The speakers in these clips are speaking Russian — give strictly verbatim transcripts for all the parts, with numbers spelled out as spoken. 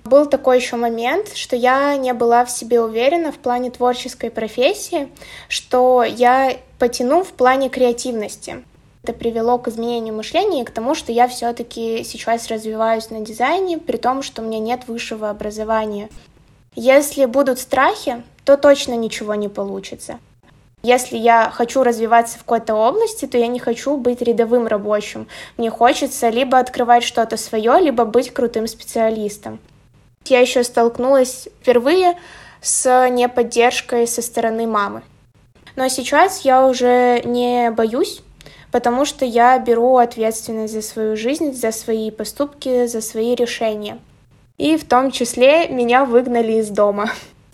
Был такой еще момент, что я не была в себе уверена в плане творческой профессии, что я потяну в плане креативности. Это привело к изменению мышления и к тому, что я все-таки сейчас развиваюсь на дизайне, при том, что у меня нет высшего образования. Если будут страхи, то точно ничего не получится. Если я хочу развиваться в какой-то области, то я не хочу быть рядовым рабочим. Мне хочется либо открывать что-то свое, либо быть крутым специалистом. Я еще столкнулась впервые с неподдержкой со стороны мамы. Но сейчас я уже не боюсь, потому что я беру ответственность за свою жизнь, за свои поступки, за свои решения. И в том числе меня выгнали из дома.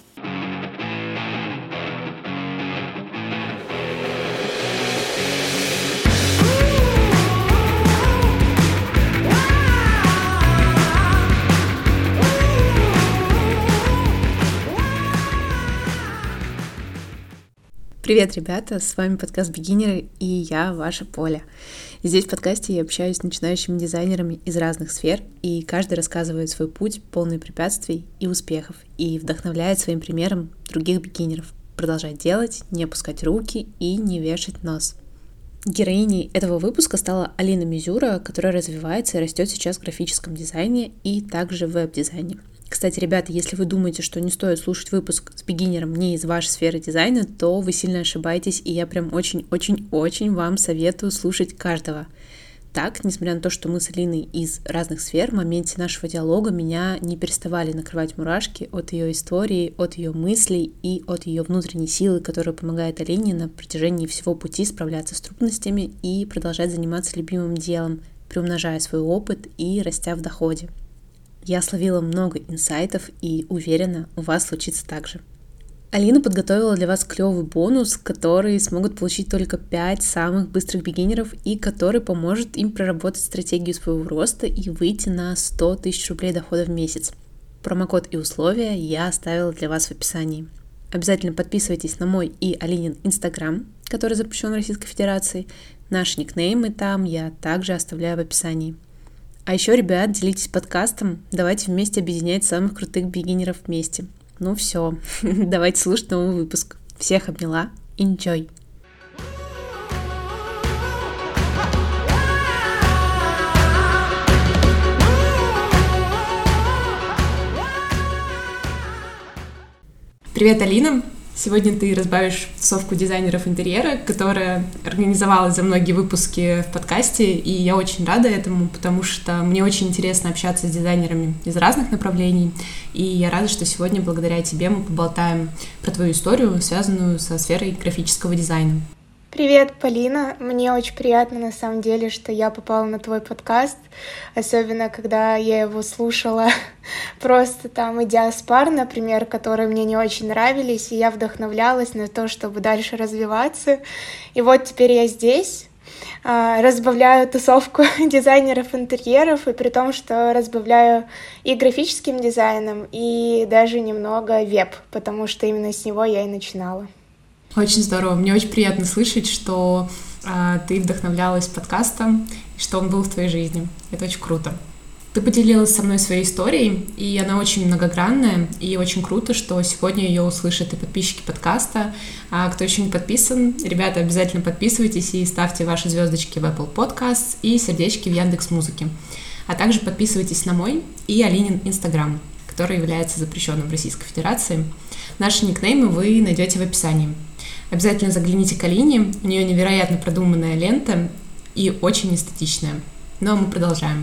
Привет, ребята! С вами подкаст «Бигинеры» и я, ваша Поля. Здесь в подкасте я общаюсь с начинающими дизайнерами из разных сфер, и каждый рассказывает свой путь, полный препятствий и успехов, и вдохновляет своим примером других бигинеров продолжать делать, не опускать руки и не вешать нос. Героиней этого выпуска стала Алина Мизюра, которая развивается и растет сейчас в графическом дизайне и также в веб-дизайне. Кстати, ребята, если вы думаете, что не стоит слушать выпуск с бигинером не из вашей сферы дизайна, то вы сильно ошибаетесь, и я прям очень-очень-очень вам советую слушать каждого. Так, несмотря на то, что мы с Алиной из разных сфер, в моменте нашего диалога меня не переставали накрывать мурашки от ее истории, от ее мыслей и от ее внутренней силы, которая помогает Алине на протяжении всего пути справляться с трудностями и продолжать заниматься любимым делом, приумножая свой опыт и растя в доходе. Я словила много инсайтов и уверена, у вас случится так же. Алина подготовила для вас клевый бонус, который смогут получить только пять самых быстрых бигинеров и который поможет им проработать стратегию своего роста и выйти на сто тысяч рублей дохода в месяц. Промокод и условия я оставила для вас в описании. Обязательно подписывайтесь на мой и Алинин Инстаграм, который запрещен Российской Федерацией. Наши никнеймы там я также оставляю в описании. А еще, ребят, делитесь подкастом, давайте вместе объединять самых крутых бигинеров вместе. Ну все, давайте слушать новый выпуск. Всех обняла, enjoy! Привет, Алина! Сегодня ты разбавишь тусовку дизайнеров интерьера, которая организовалась за многие выпуски в подкасте, и я очень рада этому, потому что мне очень интересно общаться с дизайнерами из разных направлений, и я рада, что сегодня благодаря тебе мы поболтаем про твою историю, связанную со сферой графического дизайна. Привет, Полина. Мне очень приятно, на самом деле, что я попала на твой подкаст, особенно когда я его слушала просто там, идя с пар, например, которые мне не очень нравились, и я вдохновлялась на то, чтобы дальше развиваться. И вот теперь я здесь, разбавляю тусовку дизайнеров интерьеров, и при том, что разбавляю и графическим дизайном, и даже немного веб, потому что именно с него я и начинала. Очень здорово. Мне очень приятно слышать, что а, ты вдохновлялась подкастом, и что он был в твоей жизни. Это очень круто. Ты поделилась со мной своей историей, и она очень многогранная, и очень круто, что сегодня ее услышат и подписчики подкаста. А кто еще не подписан, ребята, обязательно подписывайтесь и ставьте ваши звездочки в Apple Podcasts и сердечки в Яндекс.Музыке. А также подписывайтесь на мой и Алинин Инстаграм, который является запрещенным в Российской Федерации. Наши никнеймы вы найдете в описании. Обязательно загляните к Алине, у нее невероятно продуманная лента и очень эстетичная. Ну а мы продолжаем.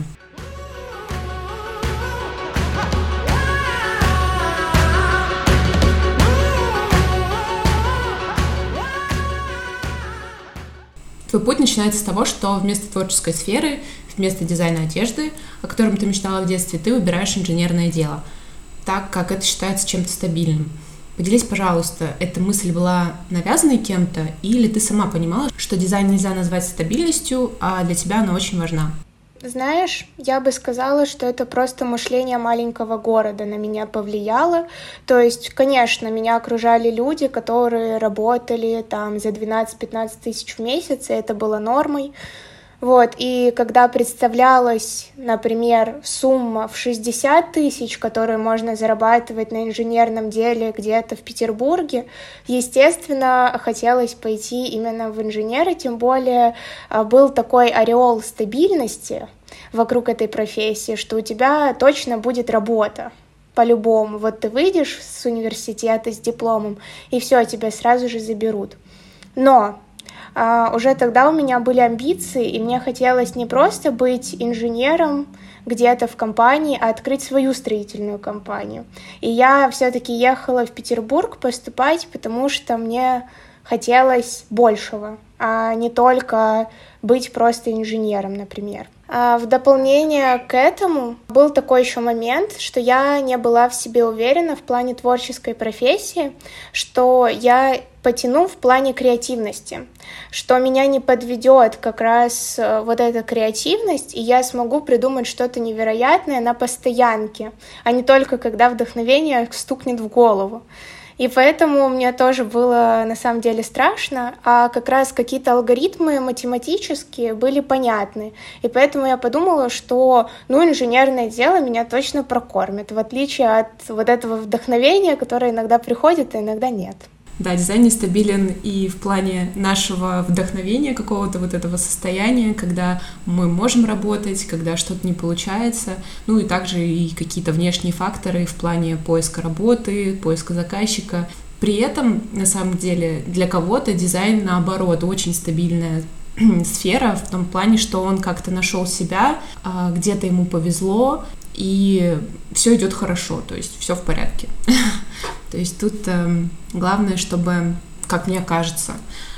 Твой путь начинается с того, что вместо творческой сферы, вместо дизайна одежды, о котором ты мечтала в детстве, ты выбираешь инженерное дело, так как это считается чем-то стабильным. Поделись, пожалуйста, эта мысль была навязанной кем-то, или ты сама понимала, что дизайн нельзя назвать стабильностью, а для тебя она очень важна? Знаешь, я бы сказала, что это просто мышление маленького города на меня повлияло. То есть, конечно, меня окружали люди, которые работали там за двенадцать-пятнадцать тысяч в месяц, и это было нормой. Вот, и когда представлялась, например, сумма в шестьдесят тысяч, которую можно зарабатывать на инженерном деле где-то в Петербурге, естественно, хотелось пойти именно в инженеры, тем более был такой ореол стабильности вокруг этой профессии, что у тебя точно будет работа. По-любому. Вот ты выйдешь с университета с дипломом, и все, тебя сразу же заберут. Но а, уже тогда у меня были амбиции, и мне хотелось не просто быть инженером где-то в компании, а открыть свою строительную компанию. И я все-таки ехала в Петербург поступать, потому что мне хотелось большего, а не только быть просто инженером, например. А в дополнение к этому был такой еще момент, что я не была в себе уверена в плане творческой профессии, что я потяну в плане креативности, что меня не подведет как раз вот эта креативность, и я смогу придумать что-то невероятное на постоянке, а не только когда вдохновение стукнет в голову. И поэтому мне тоже было на самом деле страшно, а как раз какие-то алгоритмы математические были понятны. И поэтому я подумала, что ну, инженерное дело меня точно прокормит, в отличие от вот этого вдохновения, которое иногда приходит, а иногда нет. Да, дизайн нестабилен и в плане нашего вдохновения, какого-то вот этого состояния, когда мы можем работать, когда что-то не получается, ну и также и какие-то внешние факторы в плане поиска работы, поиска заказчика. При этом, на самом деле, для кого-то дизайн, наоборот, очень стабильная сфера в том плане, что он как-то нашел себя, где-то ему повезло, и все идет хорошо, то есть все в порядке. То есть тут э, главное, чтобы, как мне кажется,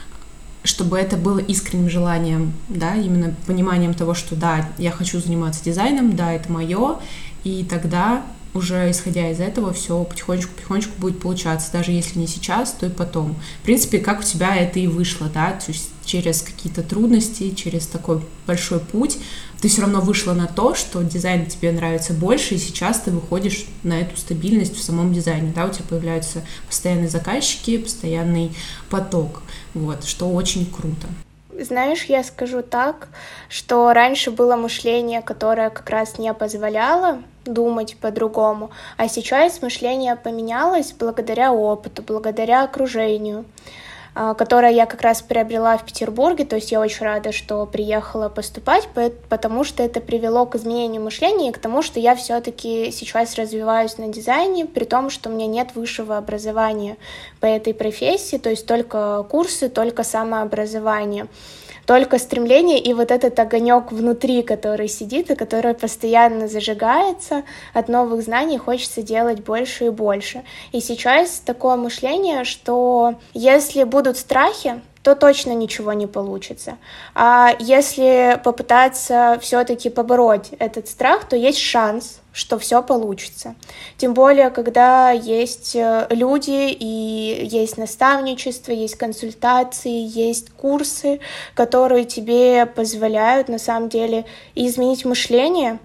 чтобы это было искренним желанием, да, именно пониманием того, что да, я хочу заниматься дизайном, да, это мое, и тогда уже исходя из этого все потихонечку-потихонечку будет получаться, даже если не сейчас, то и потом. В принципе, как у тебя это и вышло, да, то есть через какие-то трудности, через такой большой путь, ты все равно вышла на то, что дизайн тебе нравится больше, и сейчас ты выходишь на эту стабильность в самом дизайне, да, у тебя появляются постоянные заказчики, постоянный поток, вот, что очень круто. Знаешь, я скажу так, что раньше было мышление, которое как раз не позволяло думать по-другому, а сейчас мышление поменялось благодаря опыту, благодаря окружению, которое я как раз приобрела в Петербурге, то есть я очень рада, что приехала поступать, потому что это привело к изменению мышления и к тому, что я все-таки сейчас развиваюсь на дизайне, при том, что у меня нет высшего образования по этой профессии, то есть только курсы, только самообразование. Только стремление и вот этот огонек внутри, который сидит и который постоянно зажигается от новых знаний, хочется делать больше и больше. И сейчас такое мышление, что если будут страхи, то точно ничего не получится. А если попытаться все-таки побороть этот страх, то есть шанс, что все получится. Тем более, когда есть люди и есть наставничество, есть консультации, есть курсы, которые тебе позволяют на самом деле изменить мышление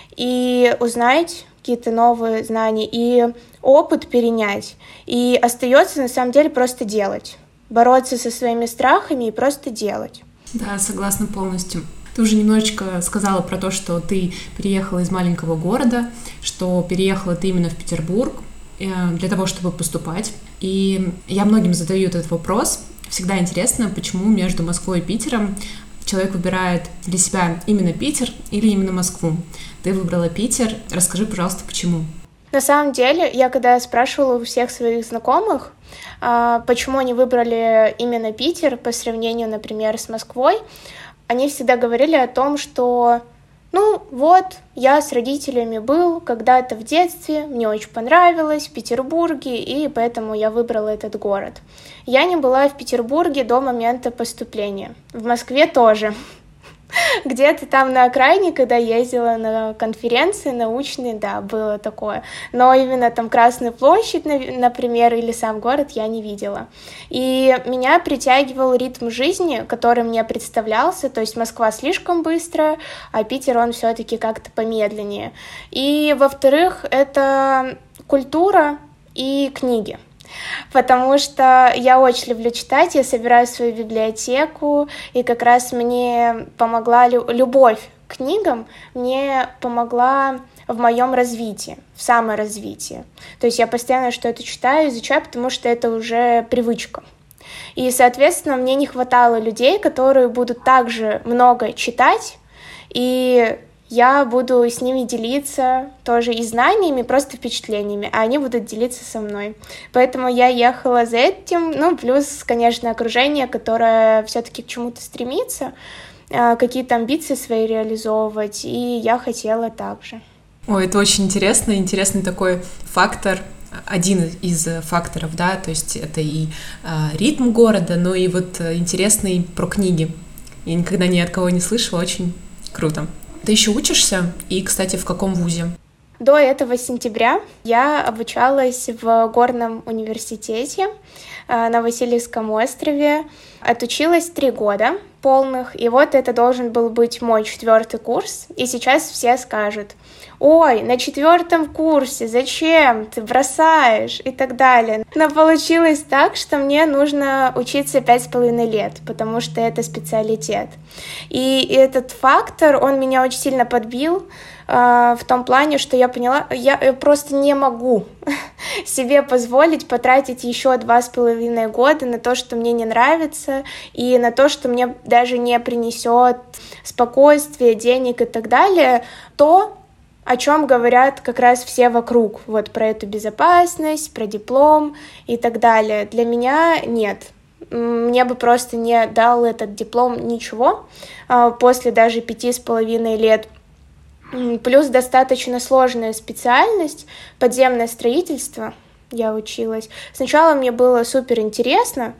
и узнать какие-то новые знания, и опыт перенять. И остается на самом деле просто делать. Бороться со своими страхами и просто делать. Да, согласна полностью. Ты уже немножечко сказала про то, что ты переехала из маленького города, что переехала ты именно в Петербург для того, чтобы поступать. И я многим задаю этот вопрос. Всегда интересно, почему между Москвой и Питером человек выбирает для себя именно Питер или именно Москву. Ты выбрала Питер. Расскажи, пожалуйста, почему. На самом деле, я когда спрашивала у всех своих знакомых, почему они выбрали именно Питер по сравнению, например, с Москвой, они всегда говорили о том, что, ну вот, я с родителями был когда-то в детстве, мне очень понравилось в Петербурге, и поэтому я выбрала этот город. Я не была в Петербурге до момента поступления, в Москве тоже. Где-то там на окраине, когда ездила на конференции научные, да, было такое. Но именно там Красную площадь, например, или сам город я не видела. И меня притягивал ритм жизни, который мне представлялся. То есть Москва слишком быстро, а Питер, он все-таки как-то помедленнее. И, во-вторых, это культура и книги. потому что я очень люблю читать, я собираю свою библиотеку, и как раз мне помогла лю- любовь к книгам, мне помогла в моем развитии, в саморазвитии. То есть я постоянно что-то читаю, изучаю, потому что это уже привычка. И, соответственно, мне не хватало людей, которые будут также много читать, и я буду с ними делиться тоже и знаниями, и просто впечатлениями, а они будут делиться со мной. Поэтому я ехала за этим, ну, плюс, конечно, окружение, которое все-таки к чему-то стремится, какие-то амбиции свои реализовывать, и я хотела так же. Ой, это очень интересно, интересный такой фактор, один из факторов, да, то есть это и э, ритм города, но и вот интересный про книги. Я никогда ни от кого не слышала, очень круто. Ты еще учишься? И, кстати, в каком вузе? До этого сентября я обучалась в Горном университете на Васильевском острове. Отучилась три года полных, и вот это должен был быть мой четвертый курс. И сейчас все скажут: ой, на четвертом курсе, зачем ты бросаешь и так далее. Но получилось так, что мне нужно учиться пять с половиной лет, потому что это специалитет. И этот фактор, он меня очень сильно подбил, в том плане, что я поняла, я просто не могу себе позволить потратить еще два с половиной года на то, что мне не нравится, и на то, что мне даже не принесет спокойствие, денег и так далее, то, о чем говорят как раз все вокруг, вот про эту безопасность, про диплом и так далее. Для меня нет. Мне бы просто не дал этот диплом ничего после даже пяти с половиной лет. Плюс достаточно сложная специальность, подземное строительство, я училась. Сначала мне было супер интересно,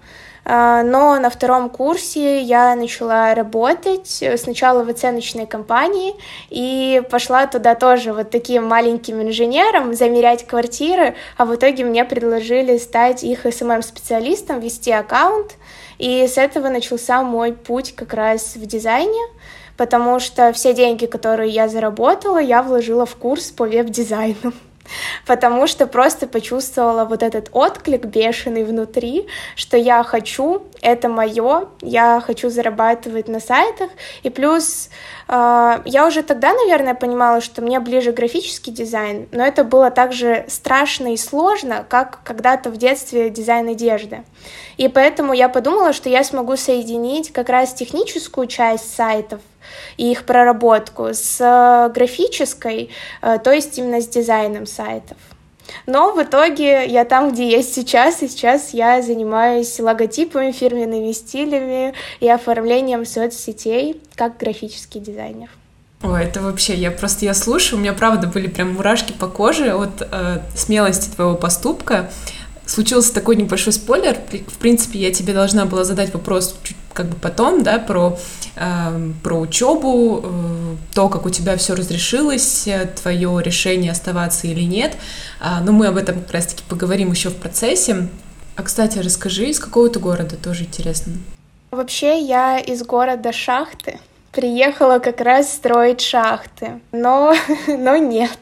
но на втором курсе я начала работать сначала в оценочной компании и пошла туда тоже вот таким маленьким инженером замерять квартиры, а в итоге мне предложили стать их эс эм эм-специалистом, вести аккаунт, и с этого начался мой путь как раз в дизайне, потому что все деньги, которые я заработала, я вложила в курс по веб-дизайну, потому что просто почувствовала вот этот отклик бешеный внутри, что я хочу, это мое, я хочу зарабатывать на сайтах, и плюс э, я уже тогда, наверное, понимала, что мне ближе графический дизайн, но это было также страшно и сложно, как когда-то в детстве дизайн одежды. И поэтому я подумала, что я смогу соединить как раз техническую часть сайтов и их проработку с графической, то есть именно с дизайном сайтов. Но в итоге я там, где есть сейчас, и сейчас я занимаюсь логотипами, фирменными стилями и оформлением соцсетей как графический дизайнер. Ой, это вообще, я просто, я слушаю, у меня правда были прям мурашки по коже от э, смелости твоего поступка. Случился такой небольшой спойлер. В принципе, я тебе должна была задать вопрос чуть как бы потом, да, про, э, про учебу, э, то, как у тебя все разрешилось, твое решение оставаться или нет. А, но мы об этом как раз-таки поговорим еще в процессе. А, кстати, расскажи, из какого ты города, тоже интересно. Вообще, я из города Шахты. Приехала как раз строить шахты, но, но нет.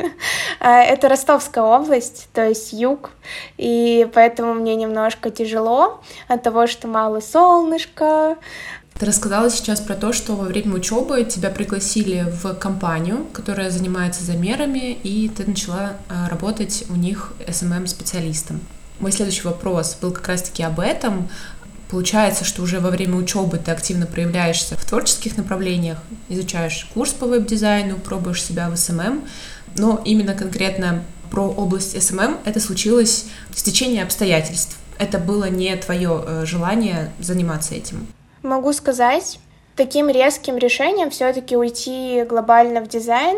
Это Ростовская область, то есть юг, и поэтому мне немножко тяжело от того, что мало солнышка. Ты рассказала сейчас про то, что во время учебы тебя пригласили в компанию, которая занимается замерами, и ты начала работать у них эс эм эм-специалистом. Мой следующий вопрос был как раз-таки об этом. Получается, что уже во время учебы ты активно проявляешься в творческих направлениях, изучаешь курс по веб-дизайну, пробуешь себя в эс эм эм, но именно конкретно про область эс эм эм это случилось в течение обстоятельств. Это было не твое желание заниматься этим. Могу сказать, таким резким решением все-таки уйти глобально в дизайн,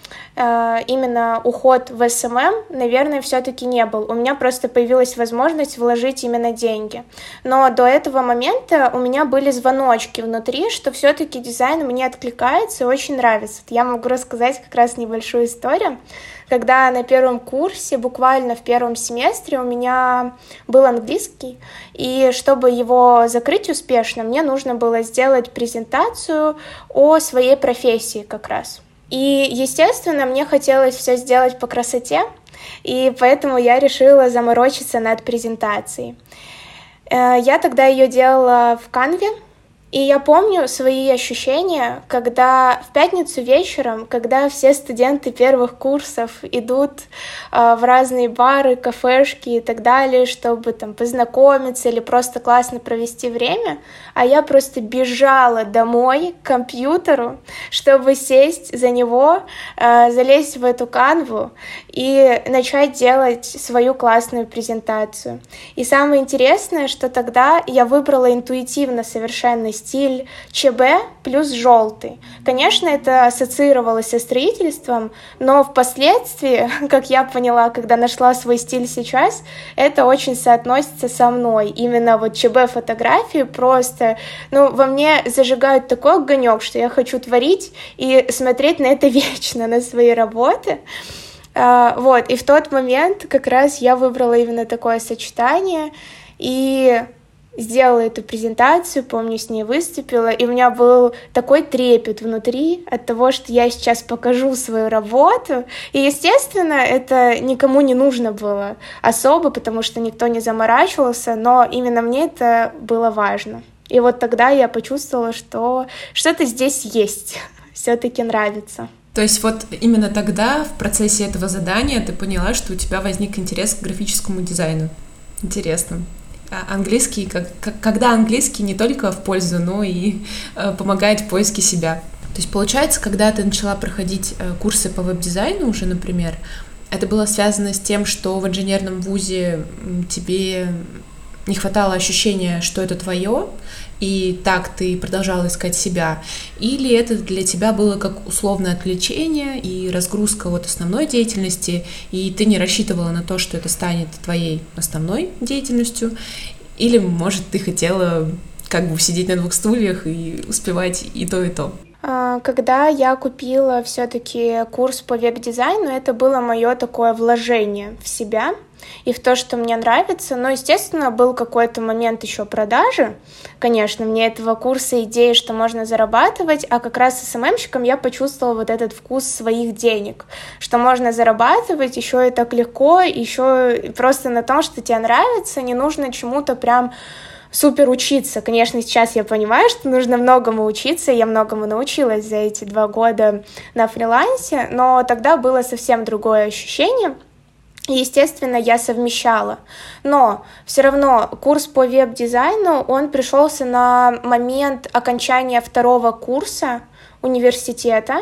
именно уход в эс эм эм, наверное, все-таки не был. У меня просто появилась возможность вложить именно деньги. Но до этого момента у меня были звоночки внутри, что все-таки дизайн мне откликается и очень нравится. Я могу рассказать как раз небольшую историю. Когда на первом курсе, буквально в первом семестре, у меня был английский, и чтобы его закрыть успешно, мне нужно было сделать презентацию о своей профессии как раз. И, естественно, мне хотелось все сделать по красоте, и поэтому я решила заморочиться над презентацией. Я тогда ее делала в Canva, и я помню свои ощущения, когда в пятницу вечером, когда все студенты первых курсов идут э, в разные бары, кафешки и так далее, чтобы там познакомиться или просто классно провести время, а я просто бежала домой к компьютеру, чтобы сесть за него, э, залезть в эту канву и начать делать свою классную презентацию. И самое интересное, что тогда я выбрала интуитивно совершенно стиль ЧБ плюс желтый. Конечно, это ассоциировалось со строительством, но впоследствии, как я поняла, когда нашла свой стиль сейчас, это очень соотносится со мной. Именно вот ЧБ-фотографии просто, ну, во мне зажигают такой огонек, что я хочу творить и смотреть на это вечно, на свои работы. Вот, и в тот момент как раз я выбрала именно такое сочетание, и сделала эту презентацию, помню, с ней выступила, и у меня был такой трепет внутри от того, что я сейчас покажу свою работу, и, естественно, это никому не нужно было особо, потому что никто не заморачивался, но именно мне это было важно. И вот тогда я почувствовала, что что-то здесь есть, все-таки нравится. То есть вот именно тогда, в процессе этого задания, ты поняла, что у тебя возник интерес к графическому дизайну. Интересно. А английский, как, как, когда английский не только в пользу, но и э, помогает в поиске себя. То есть получается, когда ты начала проходить э, курсы по веб-дизайну уже, например, это было связано с тем, что в инженерном вузе тебе не хватало ощущения, что это твое, и так ты продолжала искать себя, или это для тебя было как условное отвлечение и разгрузка вот основной деятельности, и ты не рассчитывала на то, что это станет твоей основной деятельностью, или, может, ты хотела как бы сидеть на двух стульях и успевать и то, и то? Когда я купила все-таки курс по веб-дизайну, это было мое такое вложение в себя и в то, что мне нравится. Но, естественно, был какой-то момент еще продажи. Конечно, мне этого курса идеи, что можно зарабатывать, а как раз с эс эм эм-щиком я почувствовала вот этот вкус своих денег, что можно зарабатывать еще и так легко, еще просто на том, что тебе нравится, не нужно чему-то прям супер учиться. Конечно, сейчас я понимаю, что нужно многому учиться, я многому научилась за эти два года на фрилансе, но тогда было совсем другое ощущение. Естественно, я совмещала, но все равно курс по веб-дизайну, он пришелся на момент окончания второго курса университета,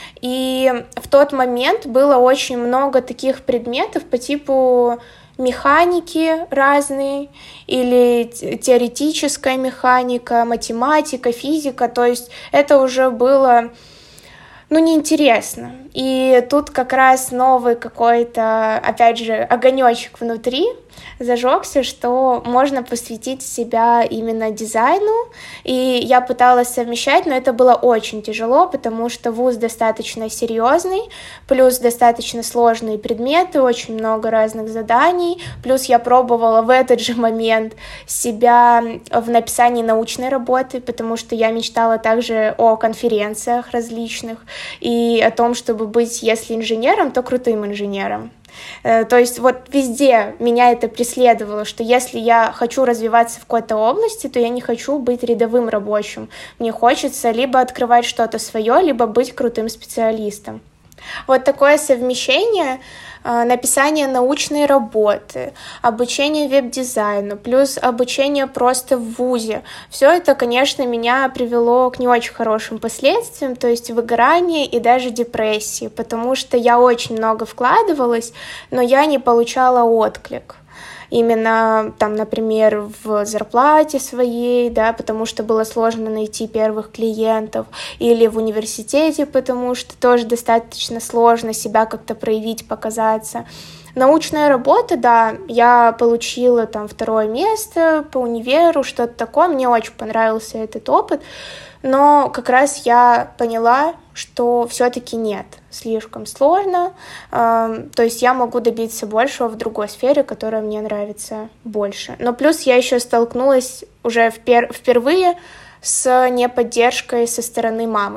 и в тот момент было очень много таких предметов по типу механики разные, или теоретическая механика, математика, физика, то есть это уже было, ну, неинтересно. И тут как раз новый какой-то, опять же, огонечек внутри зажегся, что можно посвятить себя именно дизайну, и я пыталась совмещать, но это было очень тяжело, потому что вуз достаточно серьезный, плюс достаточно сложные предметы, очень много разных заданий, плюс я пробовала в этот же момент себя в написании научной работы, потому что я мечтала также о конференциях различных и о том, чтобы быть, если инженером, то крутым инженером. То есть вот везде меня это преследовало, что если я хочу развиваться в какой-то области, то я не хочу быть рядовым рабочим. Мне хочется либо открывать что-то свое, либо быть крутым специалистом. Вот такое совмещение, написание научной работы, обучение веб-дизайну, плюс обучение просто в вузе. Все это, конечно, меня привело к не очень хорошим последствиям, то есть выгоранию и даже депрессии, потому что я очень много вкладывалась, но я не получала отклик. Именно там, например, в зарплате своей, да, потому что было сложно найти первых клиентов, или в университете, потому что тоже достаточно сложно себя как-то проявить, показаться. Научная работа, да, я получила там второе место по универу, что-то такое, мне очень понравился этот опыт, но как раз я поняла, что все-таки нет, слишком сложно, э, то есть я могу добиться большего в другой сфере, которая мне нравится больше. Но плюс я еще столкнулась уже впер- впервые с неподдержкой со стороны мамы.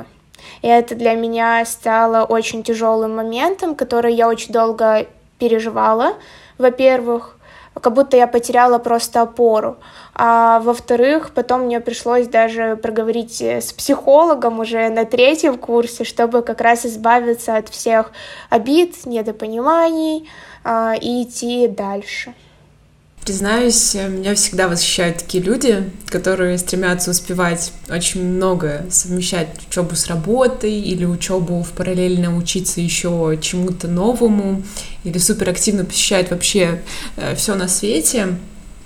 И это для меня стало очень тяжелым моментом, который я очень долго переживала. Во-первых, как будто я потеряла просто опору. А во-вторых, потом мне пришлось даже проговорить с психологом уже на третьем курсе, чтобы как раз избавиться от всех обид, недопониманий а, и идти дальше. Признаюсь, меня всегда восхищают такие люди, которые стремятся успевать очень многое, совмещать учебу с работой или учебу в параллельно учиться еще чему-то новому, или суперактивно посещают вообще все на свете.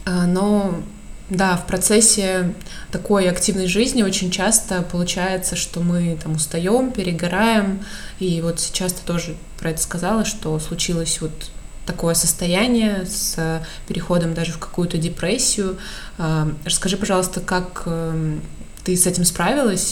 Но да, в процессе такой активной жизни очень часто получается, что мы там устаем, перегораем. И вот сейчас ты тоже про это сказала, что случилось вот такое состояние с переходом даже в какую-то депрессию. Расскажи, пожалуйста, как ты с этим справилась?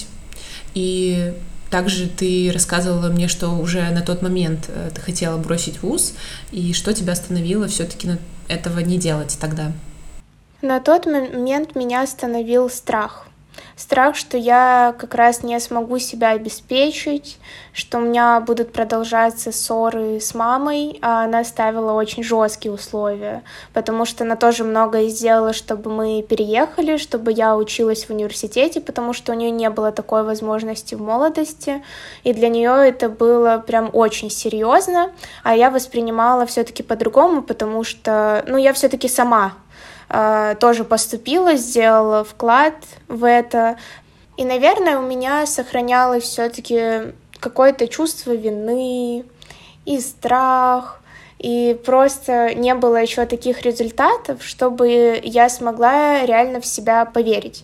И также ты рассказывала мне, что уже на тот момент ты хотела бросить вуз, и что тебя остановило все-таки этого не делать тогда? На тот момент меня остановил страх. Страх, что я как раз не смогу себя обеспечить, что у меня будут продолжаться ссоры с мамой, а она ставила очень жесткие условия, потому что она тоже многое сделала, чтобы мы переехали, чтобы я училась в университете, потому что у нее не было такой возможности в молодости, и для нее это было прям очень серьезно, а я воспринимала все-таки по-другому, потому что, ну, я все-таки сама тоже поступила, сделала вклад в это. И, наверное, у меня сохранялось все-таки какое-то чувство вины и страх, и просто не было еще таких результатов, чтобы я смогла реально в себя поверить.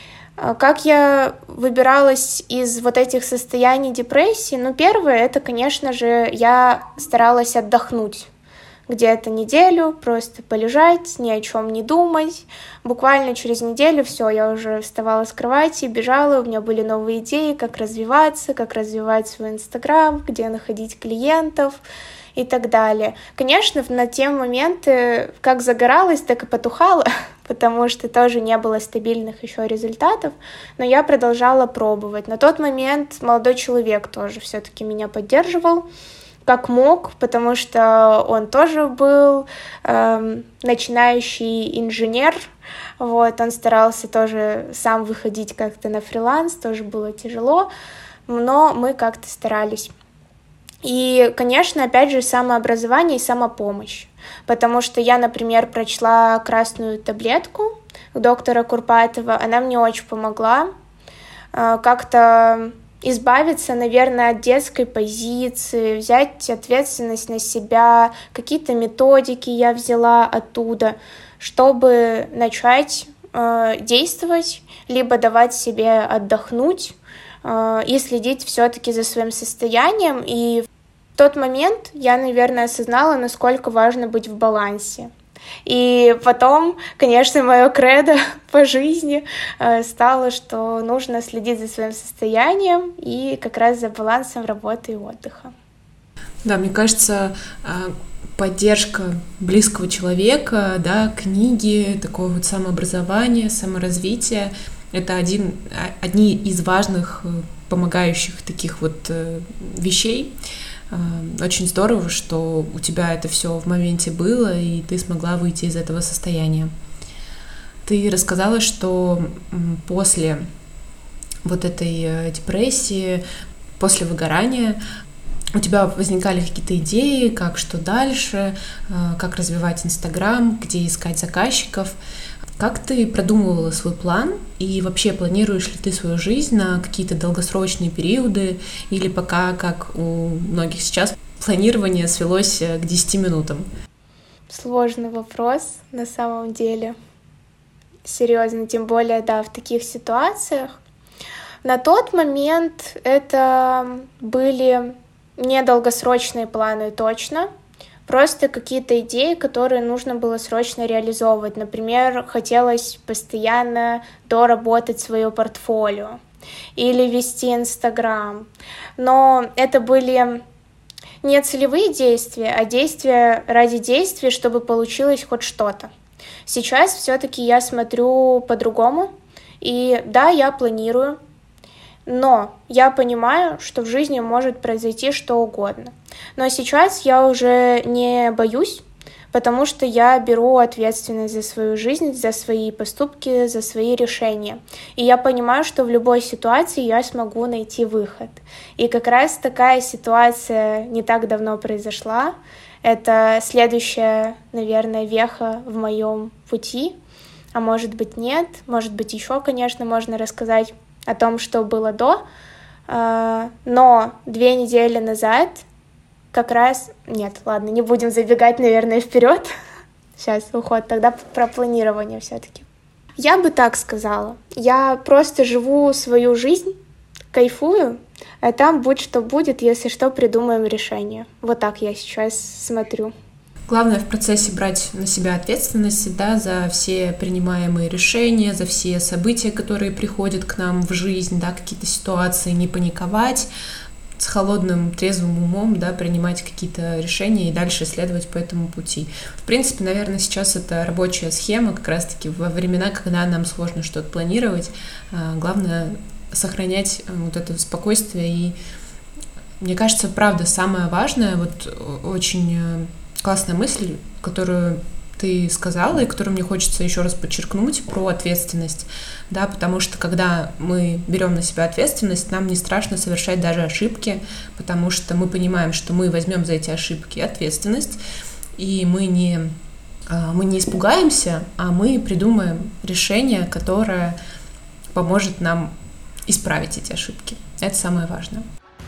Как я выбиралась из вот этих состояний депрессии? Ну, первое, это, конечно же, я старалась отдохнуть. Где-то неделю, просто полежать, ни о чем не думать. Буквально через неделю все, я уже вставала с кровати, бежала, у меня были новые идеи, как развиваться, как развивать свой Инстаграм, где находить клиентов и так далее. Конечно, на те моменты как загоралась, так и потухала, потому что тоже не было стабильных еще результатов, но я продолжала пробовать. На тот момент молодой человек тоже все-таки меня поддерживал, как мог, потому что он тоже был э, начинающий инженер, вот, он старался тоже сам выходить как-то на фриланс, тоже было тяжело, но мы как-то старались. И, конечно, опять же, самообразование и самопомощь, потому что я, например, прочла «Красную таблетку» у доктора Курпатова, она мне очень помогла э, как-то избавиться, наверное, от детской позиции, взять ответственность на себя, какие-то методики я взяла оттуда, чтобы начать э, действовать, либо давать себе отдохнуть э, и следить все-таки за своим состоянием. И в тот момент я, наверное, осознала, насколько важно быть в балансе. И потом, конечно, мое кредо по жизни стало, что нужно следить за своим состоянием и как раз за балансом работы и отдыха. Да, мне кажется, поддержка близкого человека, да, книги, такое вот самообразование, саморазвитие — это один, одни из важных помогающих таких вот вещей. Очень здорово, что у тебя это все в моменте было, и ты смогла выйти из этого состояния. Ты рассказала, что после вот этой депрессии, после выгорания у тебя возникали какие-то идеи, как что дальше, как развивать Инстаграм, где искать заказчиков. Как ты продумывала свой план и вообще планируешь ли ты свою жизнь на какие-то долгосрочные периоды или пока, как у многих сейчас, планирование свелось к десяти минутам? Сложный вопрос на самом деле. Серьезно, тем более, да, в таких ситуациях. На тот момент это были не долгосрочные планы точно, просто какие-то идеи, которые нужно было срочно реализовывать. Например, хотелось постоянно доработать свое портфолио или вести Инстаграм. Но это были не целевые действия, а действия ради действий, чтобы получилось хоть что-то. Сейчас все-таки я смотрю по-другому. И да, я планирую. Но я понимаю, что в жизни может произойти что угодно. Но сейчас я уже не боюсь, потому что я беру ответственность за свою жизнь, за свои поступки, за свои решения. И я понимаю, что в любой ситуации я смогу найти выход. И как раз такая ситуация не так давно произошла. Это следующая, наверное, веха в моем пути. А может быть, нет. Может быть, еще, конечно, можно рассказать о том, что было до. Но две недели назад как раз... Нет, ладно, не будем забегать, наверное, вперед. Сейчас, уход. Тогда про планирование все-таки. Я бы так сказала. Я просто живу свою жизнь, кайфую, а там будь что будет, если что, придумаем решение. Вот так я сейчас смотрю. Главное в процессе брать на себя ответственность, да, за все принимаемые решения, за все события, которые приходят к нам в жизнь, да, какие-то ситуации, не паниковать, с холодным, трезвым умом, да, принимать какие-то решения и дальше следовать по этому пути. В принципе, наверное, сейчас это рабочая схема, как раз-таки во времена, когда нам сложно что-то планировать. Главное сохранять вот это спокойствие. И мне кажется, правда, самое важное, вот очень классная мысль, которую ты сказала, и которую мне хочется еще раз подчеркнуть, про ответственность, да, потому что когда мы берем на себя ответственность, нам не страшно совершать даже ошибки, потому что мы понимаем, что мы возьмем за эти ошибки ответственность, и мы не, мы не испугаемся, а мы придумаем решение, которое поможет нам исправить эти ошибки. Это самое важное.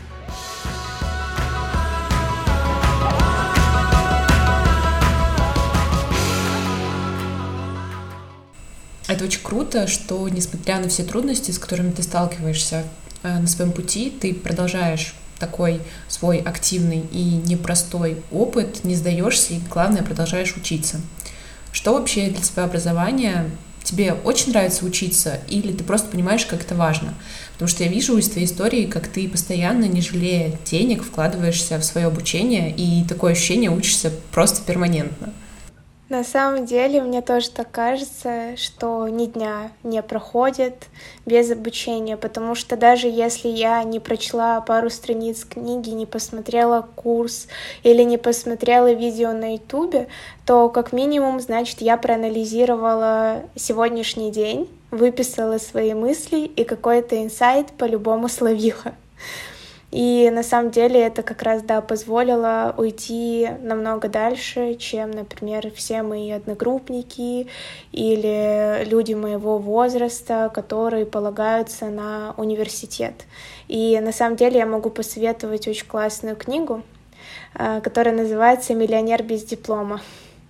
Это очень круто, что, несмотря на все трудности, с которыми ты сталкиваешься э, на своем пути, ты продолжаешь такой свой активный и непростой опыт, не сдаешься и, главное, продолжаешь учиться. Что вообще для тебя образование? Тебе очень нравится учиться или ты просто понимаешь, как это важно? Потому что я вижу из твоей истории, как ты постоянно, не жалея денег, вкладываешься в свое обучение, и такое ощущение, учишься просто перманентно. На самом деле, мне тоже так кажется, что ни дня не проходит без обучения, потому что даже если я не прочла пару страниц книги, не посмотрела курс или не посмотрела видео на ютубе, то как минимум, значит, я проанализировала сегодняшний день, выписала свои мысли и какой-то инсайт по-любому словила. И на самом деле это как раз, да, позволило уйти намного дальше, чем, например, все мои одногруппники или люди моего возраста, которые полагаются на университет. И на самом деле я могу посоветовать очень классную книгу, которая называется «Миллионер без диплома».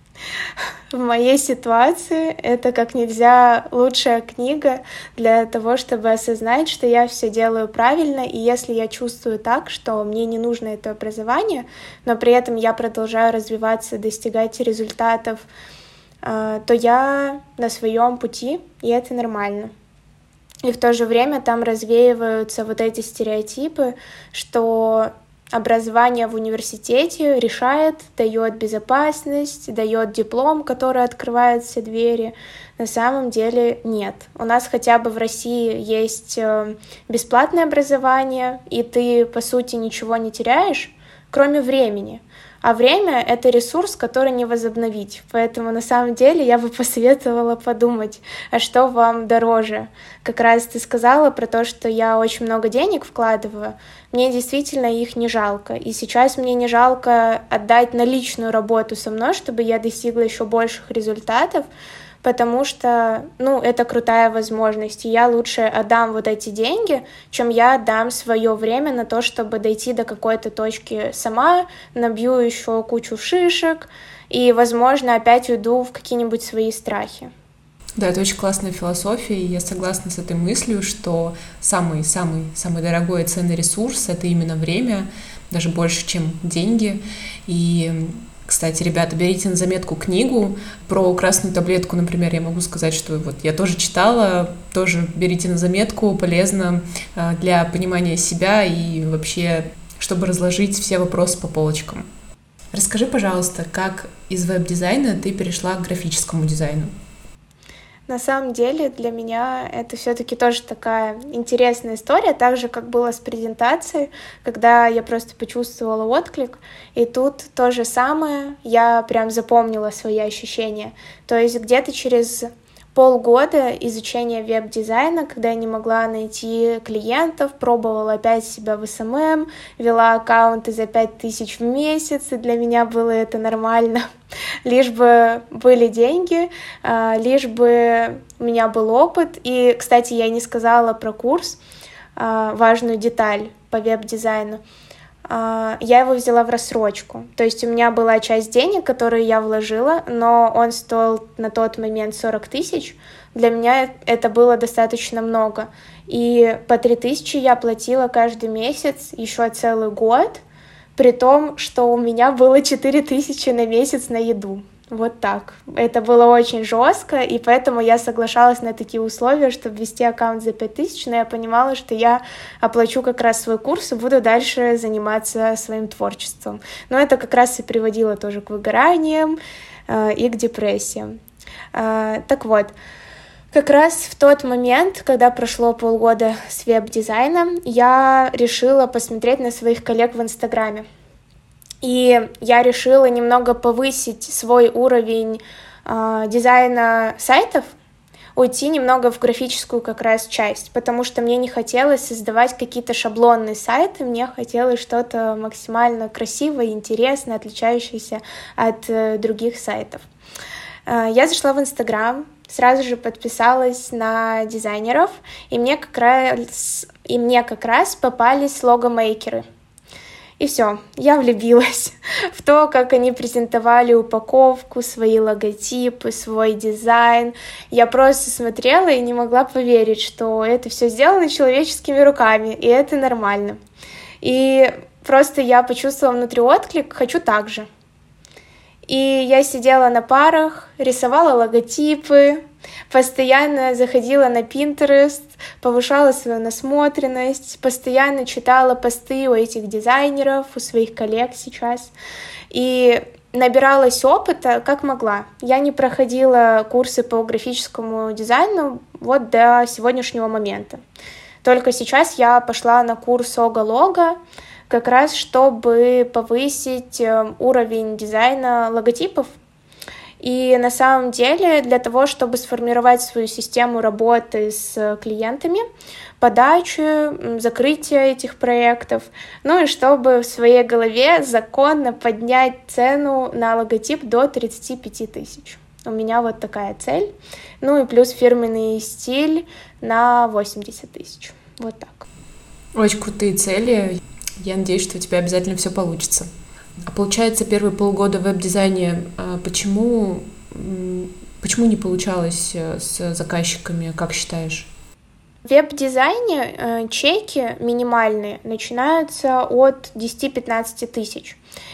В моей ситуации это как нельзя лучшая книга для того, чтобы осознать, что я все делаю правильно, и если я чувствую так, что мне не нужно это образование, но при этом я продолжаю развиваться, достигать результатов, то я на своем пути, и это нормально. И в то же время там развеиваются вот эти стереотипы, что образование в университете решает, дает безопасность, дает диплом, который открывает все двери. На самом деле нет. У нас хотя бы в России есть бесплатное образование, и ты, по сути, ничего не теряешь, кроме времени. А время — это ресурс, который не возобновить. Поэтому на самом деле я бы посоветовала подумать, а что вам дороже. Как раз ты сказала про то, что я очень много денег вкладываю. Мне действительно их не жалко. И сейчас мне не жалко отдать на личную работу со мной, чтобы я достигла еще больших результатов, потому что, ну, это крутая возможность, и я лучше отдам вот эти деньги, чем я отдам свое время на то, чтобы дойти до какой-то точки сама, набью еще кучу шишек, и, возможно, опять уйду в какие-нибудь свои страхи. Да, это очень классная философия, и я согласна с этой мыслью, что самый-самый-самый дорогой и ценный ресурс — это именно время, даже больше, чем деньги, и... Кстати, ребята, берите на заметку книгу про красную таблетку, например, я могу сказать, что вот я тоже читала, тоже берите на заметку, полезно для понимания себя и вообще, чтобы разложить все вопросы по полочкам. Расскажи, пожалуйста, как из веб-дизайна ты перешла к графическому дизайну? На самом деле для меня это все-таки тоже такая интересная история, так же, как было с презентацией, когда я просто почувствовала отклик, и тут то же самое, я прям запомнила свои ощущения. То есть где-то через полгода изучения веб-дизайна, когда я не могла найти клиентов, пробовала опять себя в эс эм эм, вела аккаунты за пять тысяч в месяц, и для меня было это нормально. Лишь бы были деньги, лишь бы у меня был опыт. И, кстати, я не сказала про курс, важную деталь по веб-дизайну. Я его взяла в рассрочку. То есть у меня была часть денег, которую я вложила, но он стоил на тот момент сорок тысяч. Для меня это было достаточно много. И по три тысячи я платила каждый месяц еще целый год, при том, что у меня было четыре тысячи на месяц на еду. Вот так. Это было очень жестко, и поэтому я соглашалась на такие условия, чтобы вести аккаунт за пять тысяч, но я понимала, что я оплачу как раз свой курс и буду дальше заниматься своим творчеством. Но это как раз и приводило тоже к выгораниям э, и к депрессиям. Э, так вот, как раз в тот момент, когда прошло полгода с веб-дизайном, я решила посмотреть на своих коллег в Инстаграме. И я решила немного повысить свой уровень э, дизайна сайтов, уйти немного в графическую как раз часть, потому что мне не хотелось создавать какие-то шаблонные сайты, мне хотелось что-то максимально красивое, интересное, отличающееся от э, других сайтов. Э, я зашла в Инстаграм, сразу же подписалась на дизайнеров, и мне как раз, и мне как раз попались логомейкеры. И все, я влюбилась в то, как они презентовали упаковку, свои логотипы, свой дизайн. Я просто смотрела и не могла поверить, что это все сделано человеческими руками, и это нормально. И просто я почувствовала внутри отклик «хочу так же». И я сидела на парах, рисовала логотипы, постоянно заходила на Pinterest, повышала свою насмотренность, постоянно читала посты у этих дизайнеров, у своих коллег сейчас, и набиралась опыта как могла. Я не проходила курсы по графическому дизайну вот до сегодняшнего момента. Только сейчас я пошла на курс Ого-Лого, как раз чтобы повысить уровень дизайна логотипов. И на самом деле для того, чтобы сформировать свою систему работы с клиентами, подачу, закрытие этих проектов, ну и чтобы в своей голове законно поднять цену на логотип до тридцать пять тысяч. У меня вот такая цель. Ну и плюс фирменный стиль на восемьдесят тысяч. Вот так. Очень крутые цели. Я надеюсь, что у тебя обязательно все получится. А получается, первые полгода в веб-дизайне почему, почему не получалось с заказчиками, как считаешь? В веб-дизайне э, чеки минимальные начинаются от десять-пятнадцать тысяч.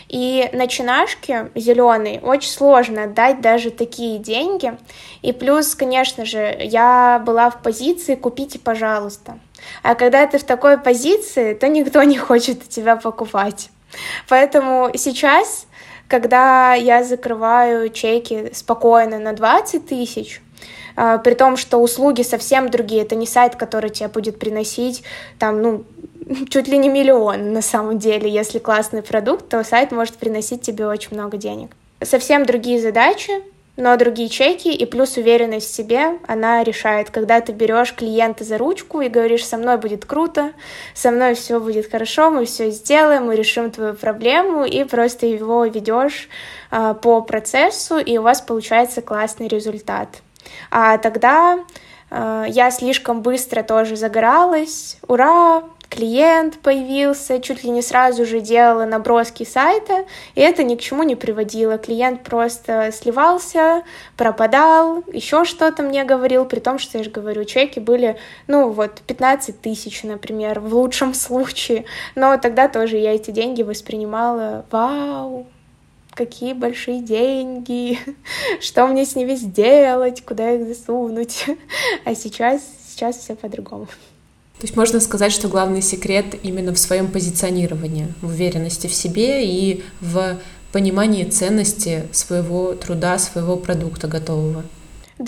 И начинашки зеленые очень сложно отдать даже такие деньги. И плюс, конечно же, я была в позиции «купите, пожалуйста». А когда ты в такой позиции, то никто не хочет у тебя покупать. Поэтому сейчас, когда я закрываю чеки спокойно на двадцать тысяч, э, при том, что услуги совсем другие, это не сайт, который тебе будет приносить там, ну, чуть ли не миллион на самом деле. Если классный продукт, то сайт может приносить тебе очень много денег. Совсем другие задачи, но другие чеки, и плюс уверенность в себе, она решает, когда ты берешь клиента за ручку и говоришь: со мной будет круто, со мной все будет хорошо, мы все сделаем, мы решим твою проблему, и просто его ведешь а, по процессу, и у вас получается классный результат. А тогда а, я слишком быстро тоже загоралась, ура, клиент появился, чуть ли не сразу же делала наброски сайта, и это ни к чему не приводило. Клиент просто сливался, пропадал, еще что-то мне говорил, при том, что, я же говорю, чеки были, ну, вот, пятнадцать тысяч, например, в лучшем случае. Но тогда тоже я эти деньги воспринимала: вау, какие большие деньги, что мне с ними сделать, куда их засунуть. А сейчас, сейчас все по-другому. То есть можно сказать, что главный секрет именно в своем позиционировании, в уверенности в себе и в понимании ценности своего труда, своего продукта готового. Да,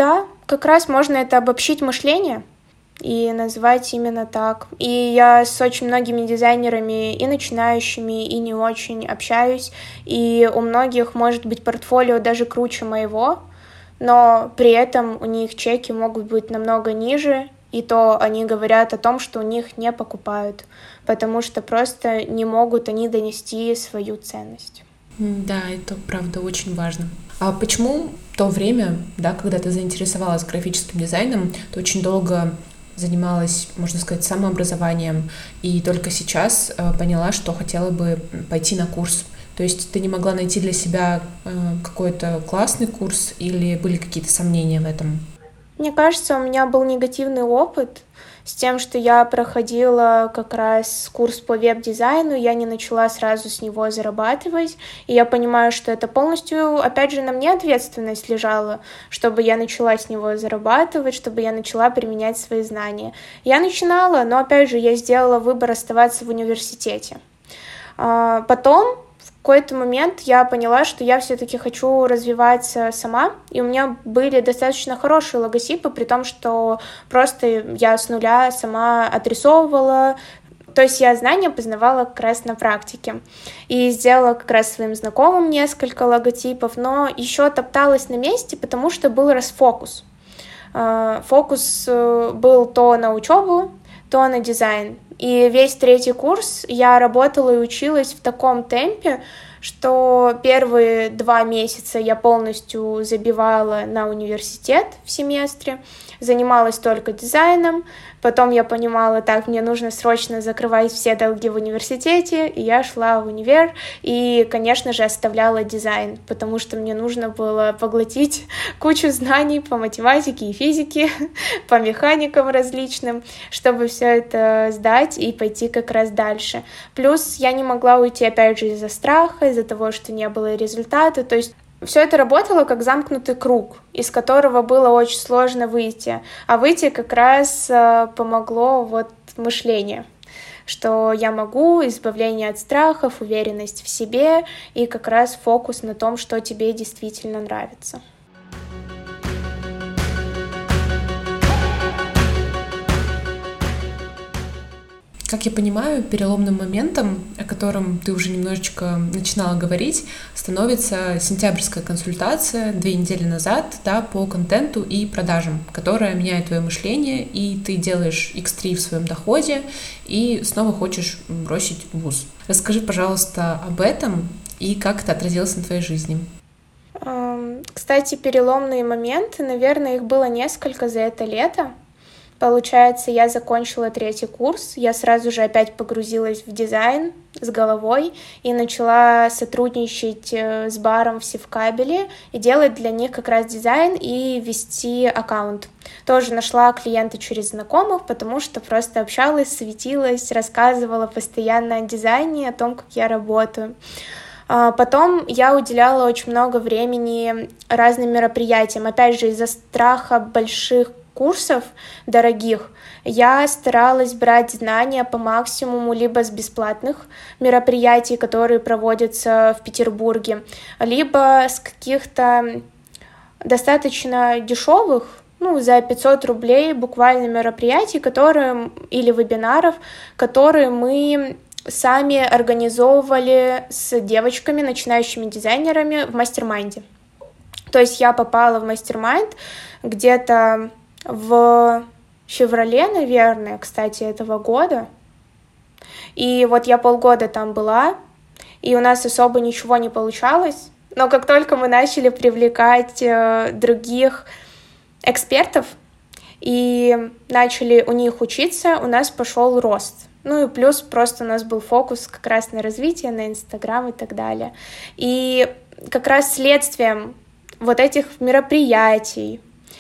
как раз можно это обобщить мышление и назвать именно так. И я с очень многими дизайнерами и начинающими, и не очень общаюсь, и у многих может быть портфолио даже круче моего, но при этом у них чеки могут быть намного ниже, и то они говорят о том, что у них не покупают, потому что просто не могут они донести свою ценность. Да, это правда очень важно. А почему в то время, да, когда ты заинтересовалась графическим дизайном, ты очень долго занималась, можно сказать, самообразованием, и только сейчас э, поняла, что хотела бы пойти на курс? То есть ты не могла найти для себя э, какой-то классный курс или были какие-то сомнения в этом? Мне кажется, у меня был негативный опыт с тем, что я проходила как раз курс по веб-дизайну, я не начала сразу с него зарабатывать, и я понимаю, что это полностью, опять же, на мне ответственность лежала, чтобы я начала с него зарабатывать, чтобы я начала применять свои знания. Я начинала, но, опять же, я сделала выбор оставаться в университете. Потом, в какой-то момент я поняла, что я все-таки хочу развиваться сама, и у меня были достаточно хорошие логотипы, при том, что просто я с нуля сама отрисовывала, то есть я знания познавала как раз на практике, и сделала как раз своим знакомым несколько логотипов, но еще топталась на месте, потому что был расфокус. Фокус был то на учебу, то на дизайн. И весь третий курс я работала и училась в таком темпе, что первые два месяца я полностью забивала на университет в семестре, занималась только дизайном, потом я понимала, так, мне нужно срочно закрывать все долги в университете, и я шла в универ, и, конечно же, оставляла дизайн, потому что мне нужно было поглотить кучу знаний по математике и физике, по механикам различным, чтобы все это сдать и пойти как раз дальше. Плюс я не могла уйти, опять же, из-за страха, из-за того, что не было результата, то есть все это работало как замкнутый круг, из которого было очень сложно выйти. А выйти как раз помогло вот мышление, что я могу, избавление от страхов, уверенность в себе и как раз фокус на том, что тебе действительно нравится. Как я понимаю, переломным моментом, о котором ты уже немножечко начинала говорить, становится сентябрьская консультация две недели назад, да, по контенту и продажам, которая меняет твое мышление, и ты делаешь икс три в своем доходе и снова хочешь бросить вуз. Расскажи, пожалуйста, об этом и как это отразилось на твоей жизни. Кстати, переломные моменты, наверное, их было несколько за это лето. Получается, я закончила третий курс, я сразу же опять погрузилась в дизайн с головой и начала сотрудничать с баром в Севкабеле и делать для них как раз дизайн и вести аккаунт. Тоже нашла клиента через знакомых, потому что просто общалась, светилась, рассказывала постоянно о дизайне, о том, как я работаю. Потом я уделяла очень много времени разным мероприятиям. Опять же, из-за страха больших курсов дорогих я старалась брать знания по максимуму либо с бесплатных мероприятий, которые проводятся в Петербурге, либо с каких-то достаточно дешевых, ну, за пятьсот рублей буквально мероприятий, которые, или вебинаров, которые мы сами организовывали с девочками, начинающими дизайнерами в мастер-майнде. То есть я попала в мастер-майнд где-то в феврале, наверное, кстати, этого года. И вот я полгода там была, и у нас особо ничего не получалось. Но как только мы начали привлекать э, других экспертов и начали у них учиться, у нас пошел рост. Ну и плюс просто у нас был фокус как раз на развитие, на Инстаграм и так далее. И как раз следствием вот этих мероприятий,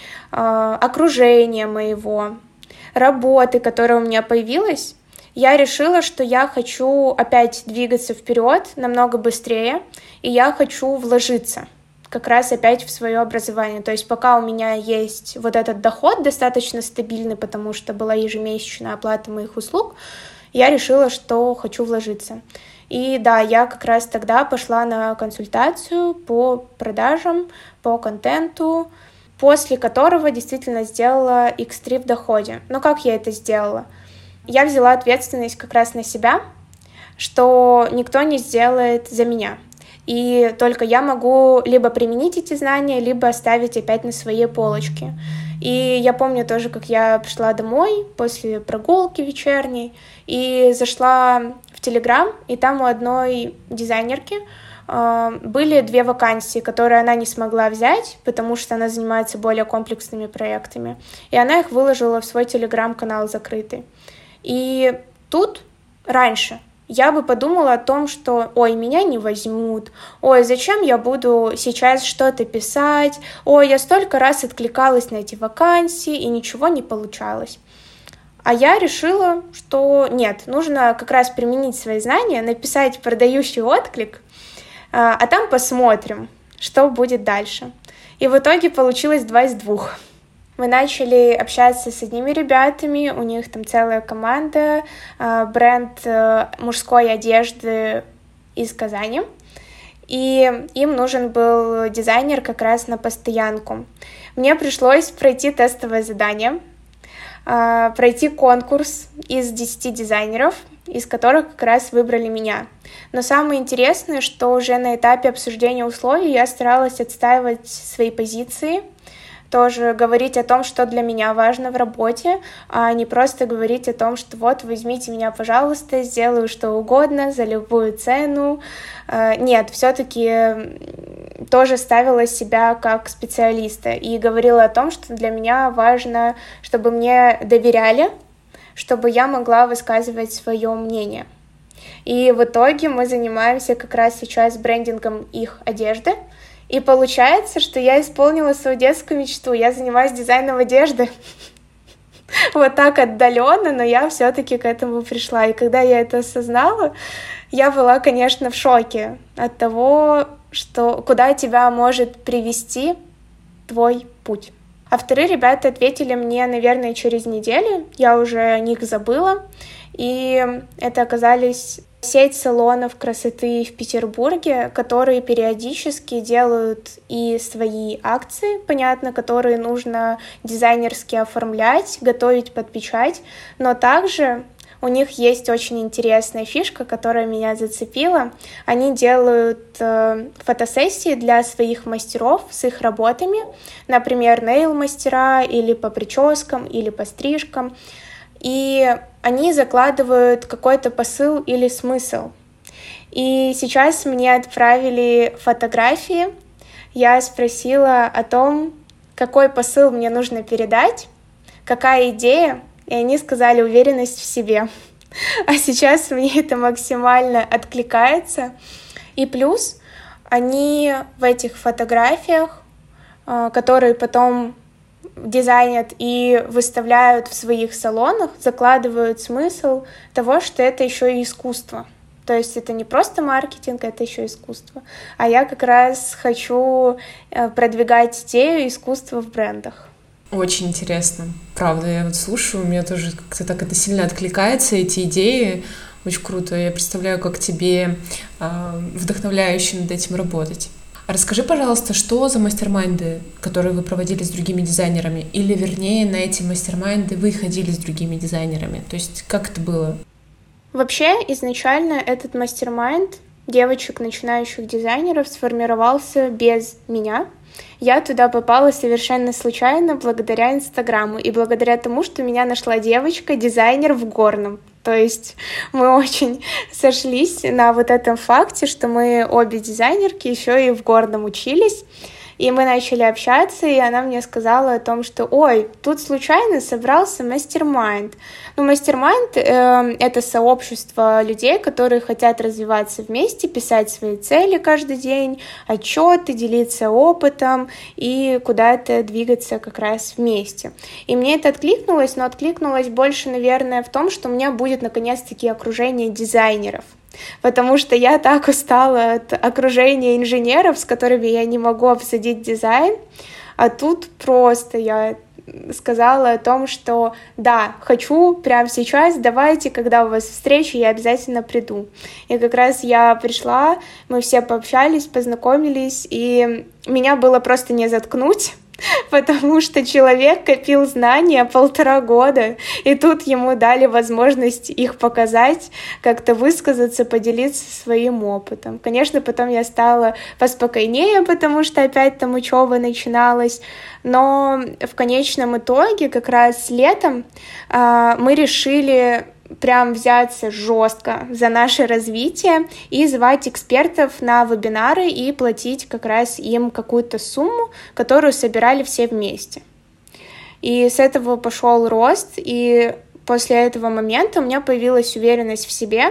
окружения моего, работы, которая у меня появилась, я решила, что я хочу опять двигаться вперед намного быстрее, и я хочу вложиться как раз опять в свое образование. То есть пока у меня есть вот этот доход достаточно стабильный, потому что была ежемесячная оплата моих услуг, я решила, что хочу вложиться. И да, я как раз тогда пошла на консультацию по продажам, по контенту, после которого действительно сделала икс три в доходе. Но как я это сделала? Я взяла ответственность как раз на себя, что никто не сделает за меня. И только я могу либо применить эти знания, либо оставить опять на своей полочке. И я помню тоже, как я пришла домой после прогулки вечерней и зашла в Телеграм, и там у одной дизайнерки э, были две вакансии, которые она не смогла взять, потому что она занимается более комплексными проектами. И она их выложила в свой Телеграм-канал закрытый. И тут раньше я бы подумала о том, что «Ой, меня не возьмут», «Ой, зачем я буду сейчас что-то писать», «Ой, я столько раз откликалась на эти вакансии, и ничего не получалось». А я решила, что нет, нужно как раз применить свои знания, написать продающий отклик, а там посмотрим, что будет дальше. И в итоге получилось два из двух. Мы начали общаться с одними ребятами, у них там целая команда, бренд мужской одежды из Казани, и им нужен был дизайнер как раз на постоянку. Мне пришлось пройти тестовое задание, пройти конкурс из десяти дизайнеров, из которых как раз выбрали меня. Но самое интересное, что уже на этапе обсуждения условий я старалась отстаивать свои позиции, тоже говорить о том, что для меня важно в работе, а не просто говорить о том, что вот, возьмите меня, пожалуйста, сделаю что угодно, за любую цену. Нет, все-таки тоже ставила себя как специалиста и говорила о том, что для меня важно, чтобы мне доверяли, чтобы я могла высказывать свое мнение. И в итоге мы занимаемся как раз сейчас брендингом их одежды. И получается, что я исполнила свою детскую мечту. Я занимаюсь дизайном одежды. Вот так отдаленно, но я все-таки к этому пришла. И когда я это осознала, я была, конечно, в шоке от того, что куда тебя может привести твой путь. А вторые ребята ответили мне, наверное, через неделю. Я уже о них забыла. И это оказались сеть салонов красоты в Петербурге, которые периодически делают и свои акции, понятно, которые нужно дизайнерски оформлять, готовить под печать, но также у них есть очень интересная фишка, которая меня зацепила. Они делают э, фотосессии для своих мастеров с их работами, например, нейл-мастера или по прическам, или по стрижкам. И они закладывают какой-то посыл или смысл. И сейчас мне отправили фотографии. Я спросила о том, какой посыл мне нужно передать, какая идея, и они сказали уверенность в себе. А сейчас мне это максимально откликается. И плюс они в этих фотографиях, которые потом дизайнят и выставляют в своих салонах, закладывают смысл того, что это еще и искусство. То есть это не просто маркетинг, это еще искусство. А я как раз хочу продвигать идею искусства в брендах. Очень интересно. Правда, я вот слушаю, у меня тоже как-то так это сильно откликается, эти идеи. Очень круто. Я представляю, как тебе э, вдохновляюще над этим работать. Расскажи, пожалуйста, что за мастер-майнды, которые вы проводили с другими дизайнерами? Или, вернее, на эти мастер-майнды вы ходили с другими дизайнерами? То есть как это было? Вообще, изначально этот мастер-майнд девочек, начинающих дизайнеров, сформировался без меня. Я туда попала совершенно случайно благодаря Инстаграму и благодаря тому, что меня нашла девочка, дизайнер в Горном. То есть мы очень сошлись на вот этом факте, что мы обе дизайнерки еще и в Горном учились. И мы начали общаться, и она мне сказала о том, что «Ой, тут случайно собрался мастер-майнд». Ну, мастер-майнд э, — это сообщество людей, которые хотят развиваться вместе, писать свои цели каждый день, отчеты, делиться опытом и куда-то двигаться как раз вместе. И мне это откликнулось, но откликнулось больше, наверное, в том, что у меня будет наконец-таки окружение дизайнеров. Потому что я так устала от окружения инженеров, с которыми я не могу обсудить дизайн, а тут просто я сказала о том, что да, хочу прямо сейчас, давайте, когда у вас встреча, я обязательно приду. И как раз я пришла, мы все пообщались, познакомились, и меня было просто не заткнуть, потому что человек копил знания полтора года, и тут ему дали возможность их показать, как-то высказаться, поделиться своим опытом. Конечно, потом я стала поспокойнее, потому что опять там учеба начиналась, но в конечном итоге как раз летом э, мы решили прям взяться жестко за наше развитие и звать экспертов на вебинары и платить как раз им какую-то сумму, которую собирали все вместе. И с этого пошел рост, и после этого момента у меня появилась уверенность в себе,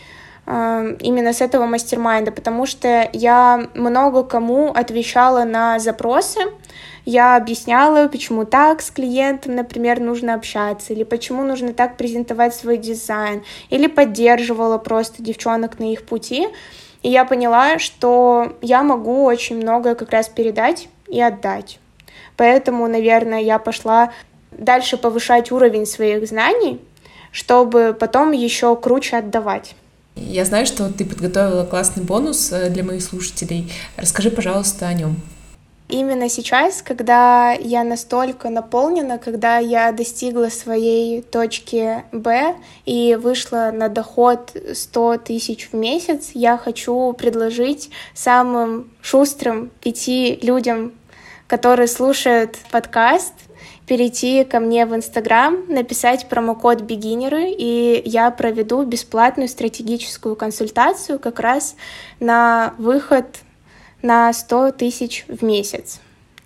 именно с этого мастер-майнда, потому что я много кому отвечала на запросы, я объясняла, почему так с клиентом, например, нужно общаться, или почему нужно так презентовать свой дизайн, или поддерживала просто девчонок на их пути, и я поняла, что я могу очень многое как раз передать и отдать. Поэтому, наверное, я пошла дальше повышать уровень своих знаний, чтобы потом еще круче отдавать. Я знаю, что ты подготовила классный бонус для моих слушателей. Расскажи, пожалуйста, о нем. Именно сейчас, когда я настолько наполнена, когда я достигла своей точки Б и вышла на доход сто тысяч в месяц, я хочу предложить самым шустрым пяти людям, которые слушают подкаст, перейти ко мне в Инстаграм, написать промокод «Бигинеры», и я проведу бесплатную стратегическую консультацию как раз на выход на сто тысяч в месяц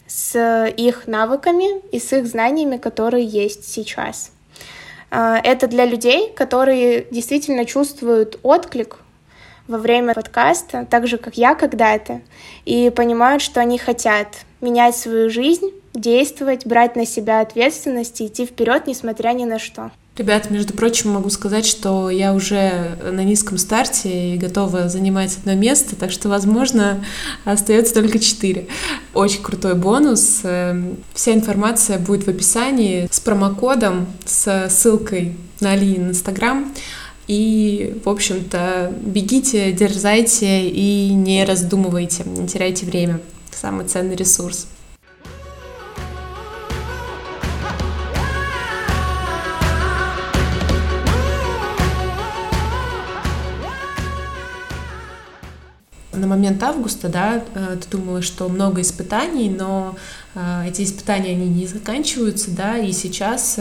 с их навыками и с их знаниями, которые есть сейчас. Это для людей, которые действительно чувствуют отклик во время подкаста, так же, как я когда-то, и понимают, что они хотят менять свою жизнь, действовать, брать на себя ответственность и идти вперед, несмотря ни на что. Ребят, между прочим, могу сказать, что я уже на низком старте и готова занимать одно место, так что, возможно, остается только четыре. Очень крутой бонус. Вся информация будет в описании с промокодом, с ссылкой на Алинин Инстаграм. И, в общем-то, бегите, дерзайте и не раздумывайте, не теряйте время. Самый ценный ресурс. На момент августа, да, ты думала, что много испытаний, но эти испытания, они не заканчиваются, да, и сейчас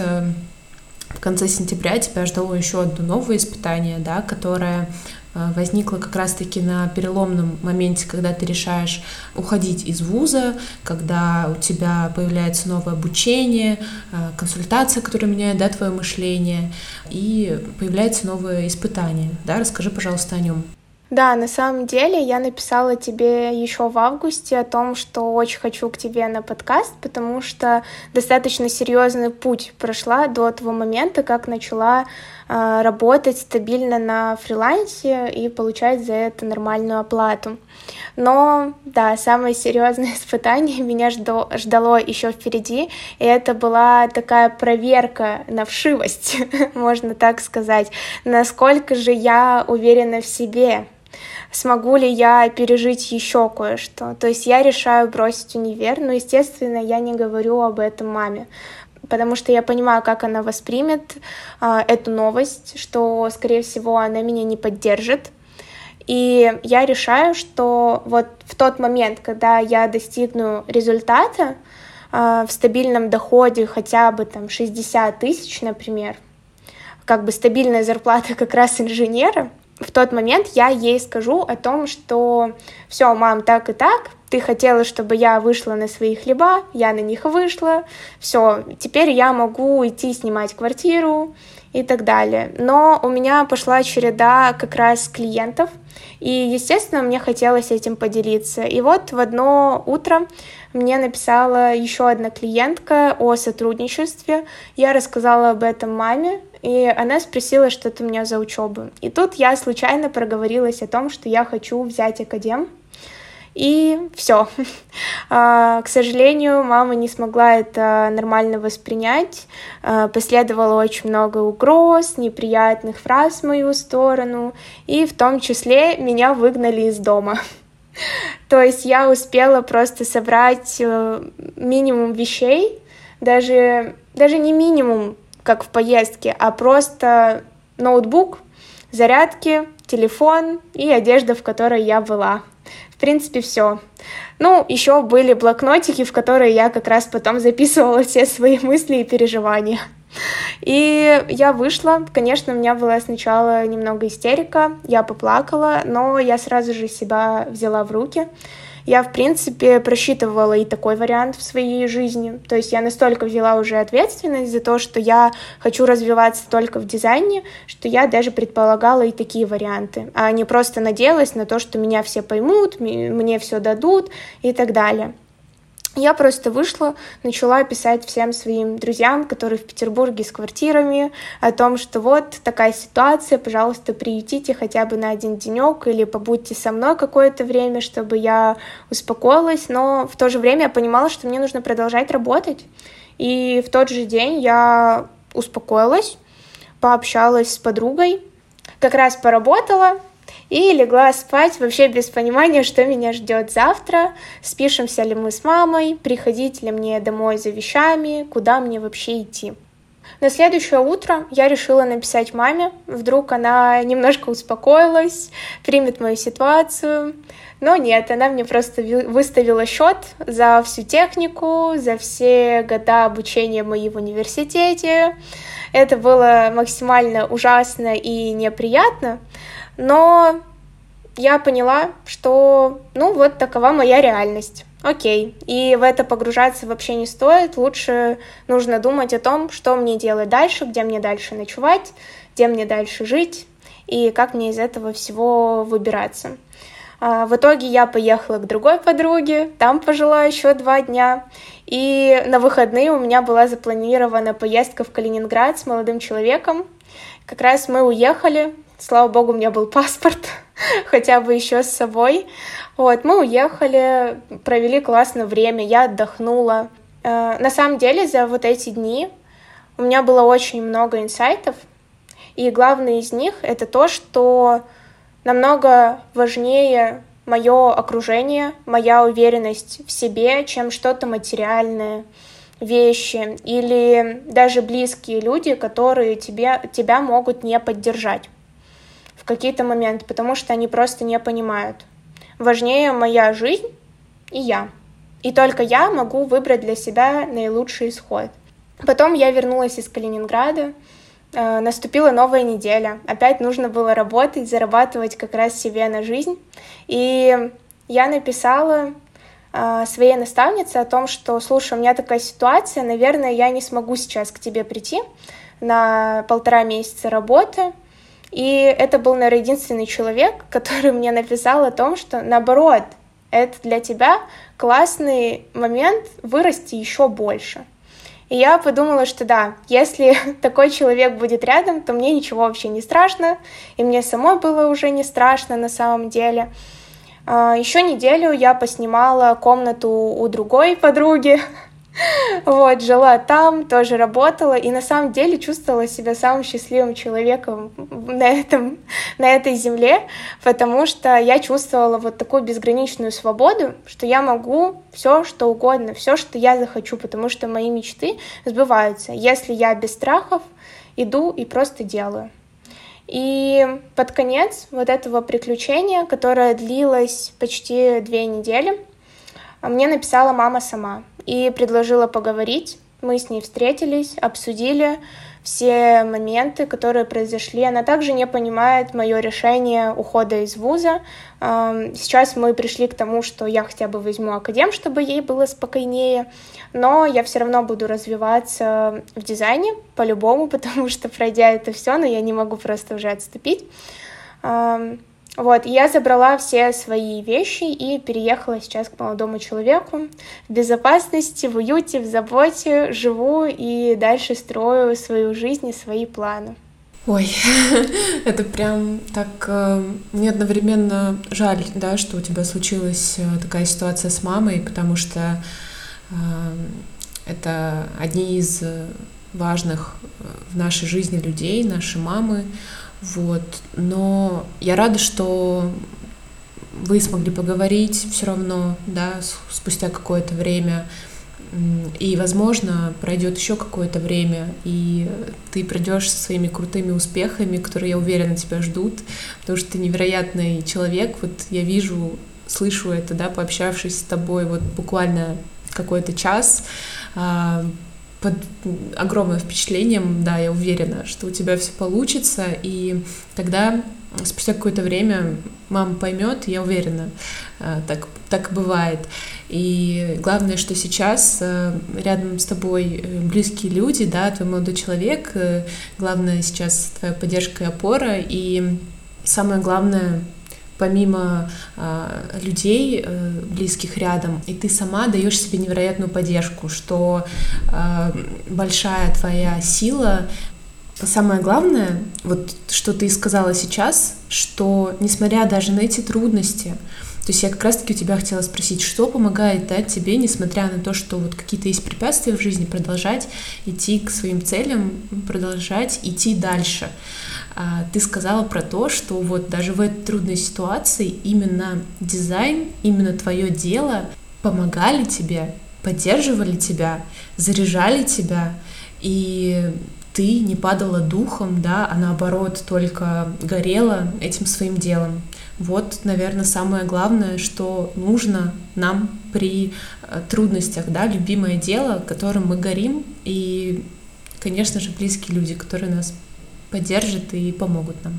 в конце сентября тебя ждало еще одно новое испытание, да, которое возникло как раз-таки на переломном моменте, когда ты решаешь уходить из вуза, когда у тебя появляется новое обучение, консультация, которая меняет, да, твое мышление, и появляется новое испытание, да, расскажи, пожалуйста, о нем. Да, на самом деле я написала тебе еще в августе о том, что очень хочу к тебе на подкаст, потому что достаточно серьезный путь прошла до того момента, как начала э, работать стабильно на фрилансе и получать за это нормальную оплату. Но, да, самое серьезное испытание меня ждало, ждало еще впереди, и это была такая проверка на вшивость, можно так сказать, насколько же я уверена в себе. Смогу ли я пережить еще кое-что? То есть я решаю бросить универ, но, естественно, я не говорю об этом маме, потому что я понимаю, как она воспримет э, эту новость, что, скорее всего, она меня не поддержит. И я решаю, что вот в тот момент, когда я достигну результата э, в стабильном доходе хотя бы там шестьдесят тысяч, например, как бы стабильная зарплата как раз инженера, в тот момент я ей скажу о том, что все, мам, так и так, ты хотела, чтобы я вышла на свои хлеба, я на них вышла, все, теперь я могу идти снимать квартиру и так далее. Но у меня пошла череда как раз клиентов, и, естественно, мне хотелось этим поделиться. И вот в одно утро мне написала еще одна клиентка о сотрудничестве, я рассказала об этом маме, и она спросила, что это у меня за учебу. И тут я случайно проговорилась о том, что я хочу взять академ. И все. К сожалению, мама не смогла это нормально воспринять. Последовало очень много угроз, неприятных фраз в мою сторону. И в том числе меня выгнали из дома. То есть я успела просто собрать минимум вещей, даже, даже не минимум, как в поездке, а просто ноутбук, зарядки, телефон и одежда, в которой я была. В принципе, все. Ну, еще были блокнотики, в которые я как раз потом записывала все свои мысли и переживания. И я вышла. Конечно, у меня была сначала немного истерика, я поплакала, но я сразу же себя взяла в руки. Я, в принципе, просчитывала и такой вариант в своей жизни. То есть я настолько взяла уже ответственность за то, что я хочу развиваться только в дизайне, что я даже предполагала и такие варианты, а не просто надеялась на то, что меня все поймут, мне все дадут и так далее. Я просто вышла, начала писать всем своим друзьям, которые в Петербурге с квартирами, о том, что вот такая ситуация, пожалуйста, приютите хотя бы на один денек или побудьте со мной какое-то время, чтобы я успокоилась, но в то же время я понимала, что мне нужно продолжать работать. И в тот же день я успокоилась, пообщалась с подругой, как раз поработала, и легла спать вообще без понимания, что меня ждет завтра, спишемся ли мы с мамой, приходить ли мне домой за вещами, куда мне вообще идти. На следующее утро я решила написать маме, вдруг она немножко успокоилась, примет мою ситуацию, но нет, она мне просто выставила счет за всю технику, за все года обучения мои в университете. Это было максимально ужасно и неприятно, но я поняла, что, ну, вот такова моя реальность. Окей, и в это погружаться вообще не стоит, лучше нужно думать о том, что мне делать дальше, где мне дальше ночевать, где мне дальше жить и как мне из этого всего выбираться. В итоге я поехала к другой подруге, там пожила еще два дня, и на выходные у меня была запланирована поездка в Калининград с молодым человеком. Как раз мы уехали, слава богу, у меня был паспорт, хотя бы еще с собой. Вот, мы уехали, провели классное время, я отдохнула. На самом деле за вот эти дни у меня было очень много инсайтов, и главный из них — это то, что намного важнее мое окружение, моя уверенность в себе, чем что-то материальное, вещи или даже близкие люди, которые тебе, тебя могут не поддержать в какие-то моменты, потому что они просто не понимают. Важнее моя жизнь и я. И только я могу выбрать для себя наилучший исход. Потом я вернулась из Калининграда, э, наступила новая неделя. Опять нужно было работать, зарабатывать как раз себе на жизнь. И я написала э, своей наставнице о том, что, слушай, у меня такая ситуация, наверное, я не смогу сейчас к тебе прийти на полтора месяца работы. И это был, наверное, единственный человек, который мне написал о том, что, наоборот, это для тебя классный момент вырасти еще больше. И я подумала, что да, если такой человек будет рядом, то мне ничего вообще не страшно, и мне самой было уже не страшно на самом деле. Еще неделю я поснимала комнату у другой подруги, вот, жила там, тоже работала, и на самом деле чувствовала себя самым счастливым человеком на, этом, на этой земле, потому что я чувствовала вот такую безграничную свободу, что я могу все, что угодно, все, что я захочу, потому что мои мечты сбываются, если я без страхов иду и просто делаю. И под конец вот этого приключения, которое длилось почти две недели, мне написала мама сама и предложила поговорить. Мы с ней встретились, обсудили все моменты, которые произошли. Она также не понимает мое решение ухода из вуза. Сейчас мы пришли к тому, что я хотя бы возьму академ, чтобы ей было спокойнее, но я все равно буду развиваться в дизайне по-любому, потому что, пройдя это все, но я не могу просто уже отступить. Вот, я забрала все свои вещи и переехала сейчас к молодому человеку в безопасности, в уюте, в заботе, живу и дальше строю свою жизнь и свои планы. Ой, это прям так... Мне одновременно жаль, да, что у тебя случилась такая ситуация с мамой, потому что это одни из важных в нашей жизни людей, наши мамы. Вот, но я рада, что вы смогли поговорить все равно, да, спустя какое-то время, и, возможно, пройдет еще какое-то время, и ты придешь со своими крутыми успехами, которые, я уверена, тебя ждут, потому что ты невероятный человек. Вот я вижу, слышу это, да, пообщавшись с тобой вот буквально какой-то час, под огромным впечатлением, да, я уверена, что у тебя все получится, и тогда спустя какое-то время мама поймет, я уверена, так, так бывает. И главное, что сейчас рядом с тобой близкие люди, да, твой молодой человек, главное сейчас твоя поддержка и опора, и самое главное, помимо э, людей, э, близких рядом, и ты сама даешь себе невероятную поддержку, что э, большая твоя сила. Самое главное, вот что ты сказала сейчас, что несмотря даже на эти трудности, то есть я как раз-таки у тебя хотела спросить, что помогает, да, тебе, несмотря на то, что вот какие-то есть препятствия в жизни, продолжать идти к своим целям, продолжать идти дальше. Ты сказала про то, что вот даже в этой трудной ситуации именно дизайн, именно твое дело помогали тебе, поддерживали тебя, заряжали тебя, и ты не падала духом, да, а наоборот только горела этим своим делом. Вот, наверное, самое главное, что нужно нам при трудностях, да, любимое дело, которым мы горим, и, конечно же, близкие люди, которые нас поддержат и помогут нам.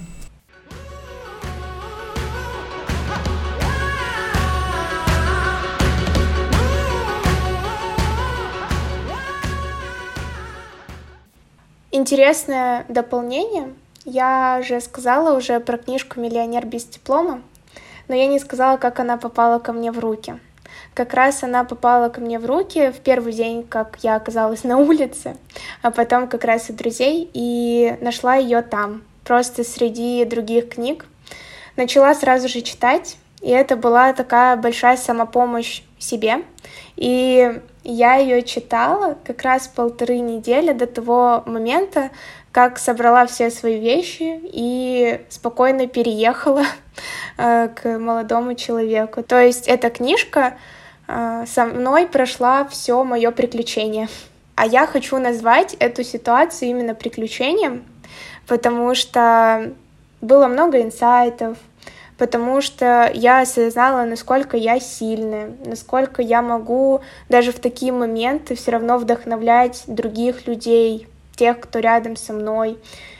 Интересное дополнение. Я же сказала уже про книжку «Миллионер без диплома», но я не сказала, как она попала ко мне в руки. Как раз она попала ко мне в руки в первый день, как я оказалась на улице, а потом как раз у друзей, и нашла ее там, просто среди других книг. Начала сразу же читать, и это была такая большая самопомощь себе. И я ее читала как раз полторы недели до того момента, как собрала все свои вещи и спокойно переехала к молодому человеку. То есть эта книжка со мной прошла все мое приключение. А я хочу назвать эту ситуацию именно приключением, потому что было много инсайтов, потому что я осознала, насколько я сильная, насколько я могу даже в такие моменты все равно вдохновлять других людей, тех, кто рядом со мной.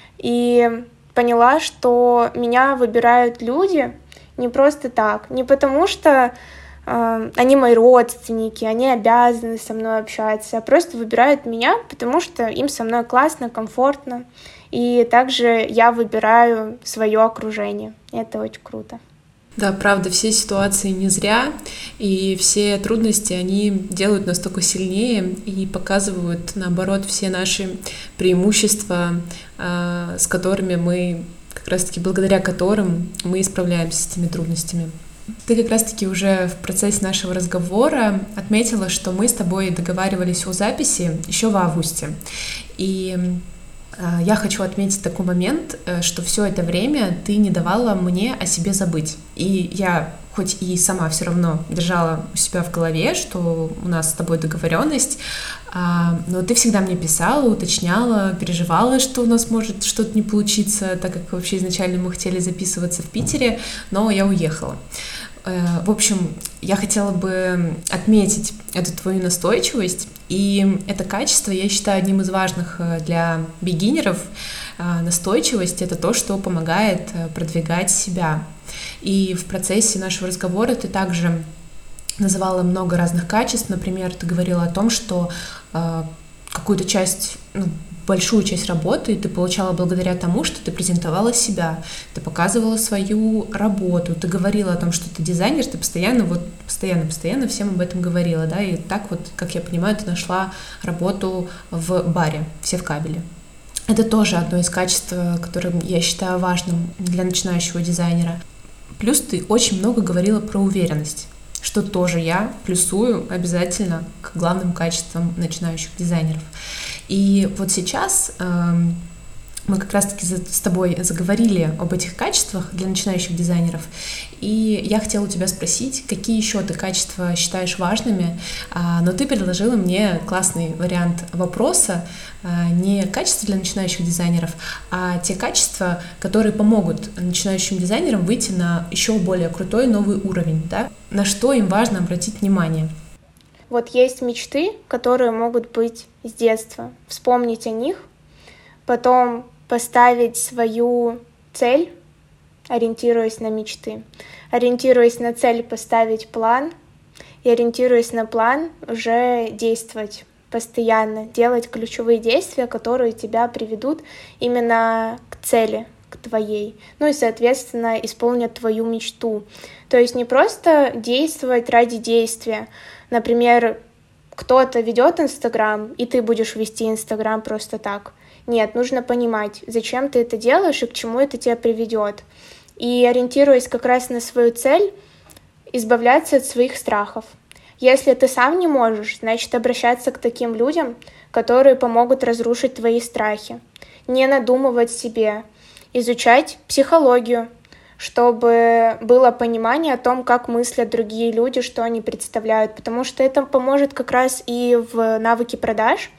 И поняла, что меня выбирают люди не просто так, не потому что э, они мои родственники, они обязаны со мной общаться, а просто выбирают меня, потому что им со мной классно, комфортно. И также я выбираю свое окружение. Это очень круто. Да, правда, все ситуации не зря, и все трудности, они делают нас только сильнее и показывают, наоборот, все наши преимущества, с которыми мы, как раз-таки благодаря которым мы справляемся с этими трудностями. Ты как раз-таки уже в процессе нашего разговора отметила, что мы с тобой договаривались о записи еще в августе, и я хочу отметить такой момент, что все это время ты не давала мне о себе забыть. И я, хоть и сама все равно держала у себя в голове, что у нас с тобой договоренность, но ты всегда мне писала, уточняла, переживала, что у нас может что-то не получиться, так как вообще изначально мы хотели записываться в Питере, но я уехала. В общем, я хотела бы отметить эту твою настойчивость, и это качество я считаю одним из важных для бигинеров. Настойчивость — это то, что помогает продвигать себя. И в процессе нашего разговора ты также называла много разных качеств. Например, ты говорила о том, что какую-то часть, ну, большую часть работы ты получала благодаря тому, что ты презентовала себя, ты показывала свою работу, ты говорила о том, что ты дизайнер, ты постоянно, вот, постоянно, постоянно всем об этом говорила, да, и так вот, как я понимаю, ты нашла работу в баре «Все в кабеле». Это тоже одно из качеств, которое я считаю важным для начинающего дизайнера. Плюс ты очень много говорила про уверенность, что тоже я плюсую обязательно к главным качествам начинающих дизайнеров. И вот сейчас э, мы как раз-таки с тобой заговорили об этих качествах для начинающих дизайнеров, и я хотела у тебя спросить, какие еще ты качества считаешь важными, но ты предложила мне классный вариант вопроса, не качества для начинающих дизайнеров, а те качества, которые помогут начинающим дизайнерам выйти на еще более крутой новый уровень, да? На что им важно обратить внимание. Вот есть мечты, которые могут быть с детства. Вспомнить о них, потом поставить свою цель, ориентируясь на мечты, ориентируясь на цель, поставить план, и ориентируясь на план, уже действовать постоянно, делать ключевые действия, которые тебя приведут именно к цели, к твоей, ну и, соответственно, исполнят твою мечту. То есть не просто действовать ради действия. Например, кто-то ведет Инстаграм, и ты будешь вести Инстаграм просто так. Нет, нужно понимать, зачем ты это делаешь и к чему это тебя приведет. И, ориентируясь как раз на свою цель, избавляться от своих страхов. Если ты сам не можешь, значит, обращаться к таким людям, которые помогут разрушить твои страхи. Не надумывать себе, изучать психологию, чтобы было понимание о том, как мыслят другие люди, что они представляют, потому что это поможет как раз и в навыке продаж,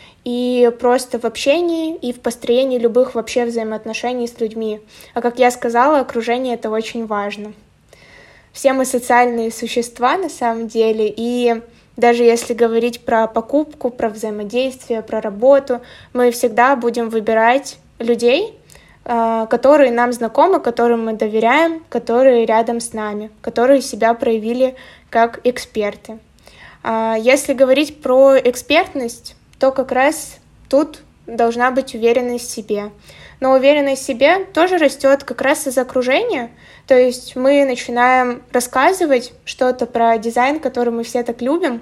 и просто в общении, и в построении любых вообще взаимоотношений с людьми. А как я сказала, окружение — это очень важно. Все мы социальные существа на самом деле, и даже если говорить про покупку, про взаимодействие, про работу, мы всегда будем выбирать людей, которые нам знакомы, которым мы доверяем, которые рядом с нами, которые себя проявили как эксперты. Если говорить про экспертность, то как раз тут должна быть уверенность в себе. Но уверенность в себе тоже растет как раз из окружения. То есть мы начинаем рассказывать что-то про дизайн, который мы все так любим,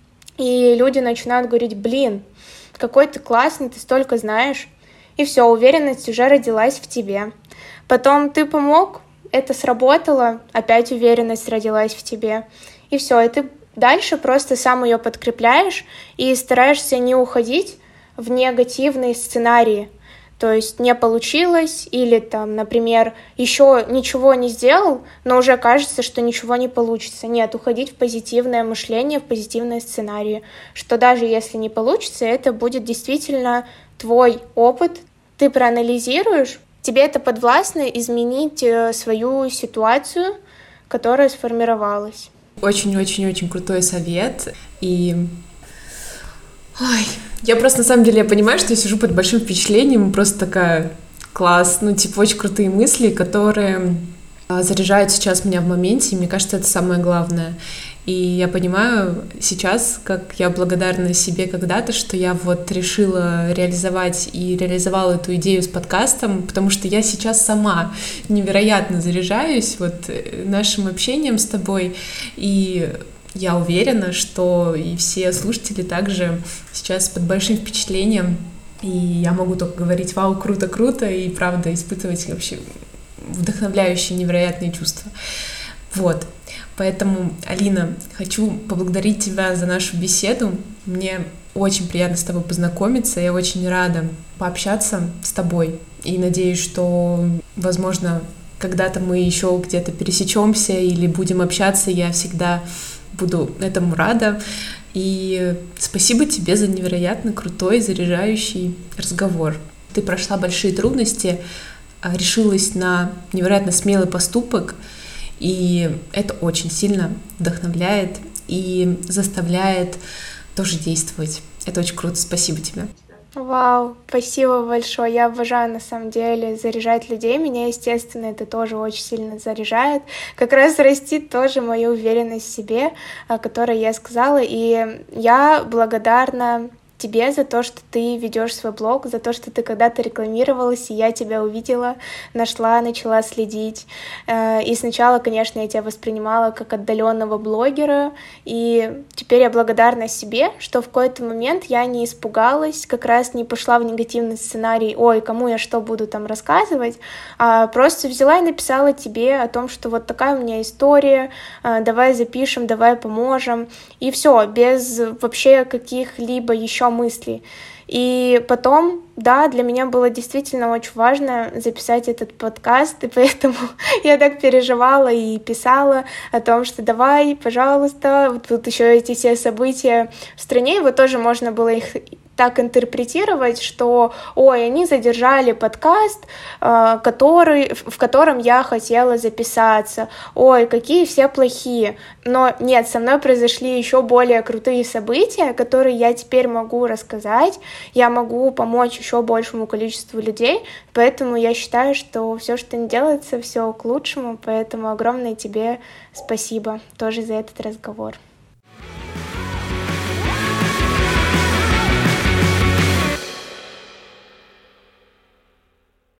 и люди начинают говорить: блин, какой ты классный, ты столько знаешь. И все, уверенность уже родилась в тебе. Потом ты помог, это сработало, опять уверенность родилась в тебе. И все, и ты дальше просто сам ее подкрепляешь и стараешься не уходить в негативные сценарии. То есть не получилось, или там, например, еще ничего не сделал, но уже кажется, что ничего не получится. Нет, уходить в позитивное мышление, в позитивные сценарии, что даже если не получится, это будет действительно твой опыт, ты проанализируешь, тебе это подвластно изменить свою ситуацию, которая сформировалась. Очень-очень-очень крутой совет, и ой, я просто на самом деле я понимаю, что я сижу под большим впечатлением, просто такая класс, ну типа очень крутые мысли, которые заряжают сейчас меня в моменте, и мне кажется, это самое главное. И я понимаю сейчас, как я благодарна себе когда-то, что я вот решила реализовать и реализовала эту идею с подкастом, потому что я сейчас сама невероятно заряжаюсь вот нашим общением с тобой, и я уверена, что и все слушатели также сейчас под большим впечатлением, и я могу только говорить: вау, круто-круто, и правда испытывать вообще вдохновляющие невероятные чувства. Вот. Поэтому, Алина, хочу поблагодарить тебя за нашу беседу. Мне очень приятно с тобой познакомиться. Я очень рада пообщаться с тобой. И надеюсь, что, возможно, когда-то мы еще где-то пересечемся или будем общаться. Я всегда буду этому рада. И спасибо тебе за невероятно крутой, заряжающий разговор. Ты прошла большие трудности, решилась на невероятно смелый поступок, и это очень сильно вдохновляет и заставляет тоже действовать. Это очень круто. Спасибо тебе. Вау, спасибо большое. Я обожаю, на самом деле, заряжать людей. Меня, естественно, это тоже очень сильно заряжает. Как раз растит тоже мою уверенность в себе, о которой я сказала. И я благодарна тебе за то, что ты ведешь свой блог, за то, что ты когда-то рекламировалась, и я тебя увидела, нашла, начала следить. И сначала, конечно, я тебя воспринимала как отдаленного блогера, и теперь я благодарна себе, что в какой-то момент я не испугалась, как раз не пошла в негативный сценарий: ой, кому я что буду там рассказывать, а просто взяла и написала тебе о том, что вот такая у меня история, давай запишем, давай поможем, и все, без вообще каких-либо еще мыслей. И потом, да, для меня было действительно очень важно записать этот подкаст, и поэтому я так переживала и писала о том, что давай, пожалуйста, вот тут еще эти все события в стране, его тоже можно было их так интерпретировать, что, ой, они задержали подкаст, который, в котором я хотела записаться, ой, какие все плохие. Но нет, со мной произошли еще более крутые события, которые я теперь могу рассказать, я могу помочь еще большему количеству людей, поэтому я считаю, что все, что не делается, все к лучшему, поэтому огромное тебе спасибо тоже за этот разговор.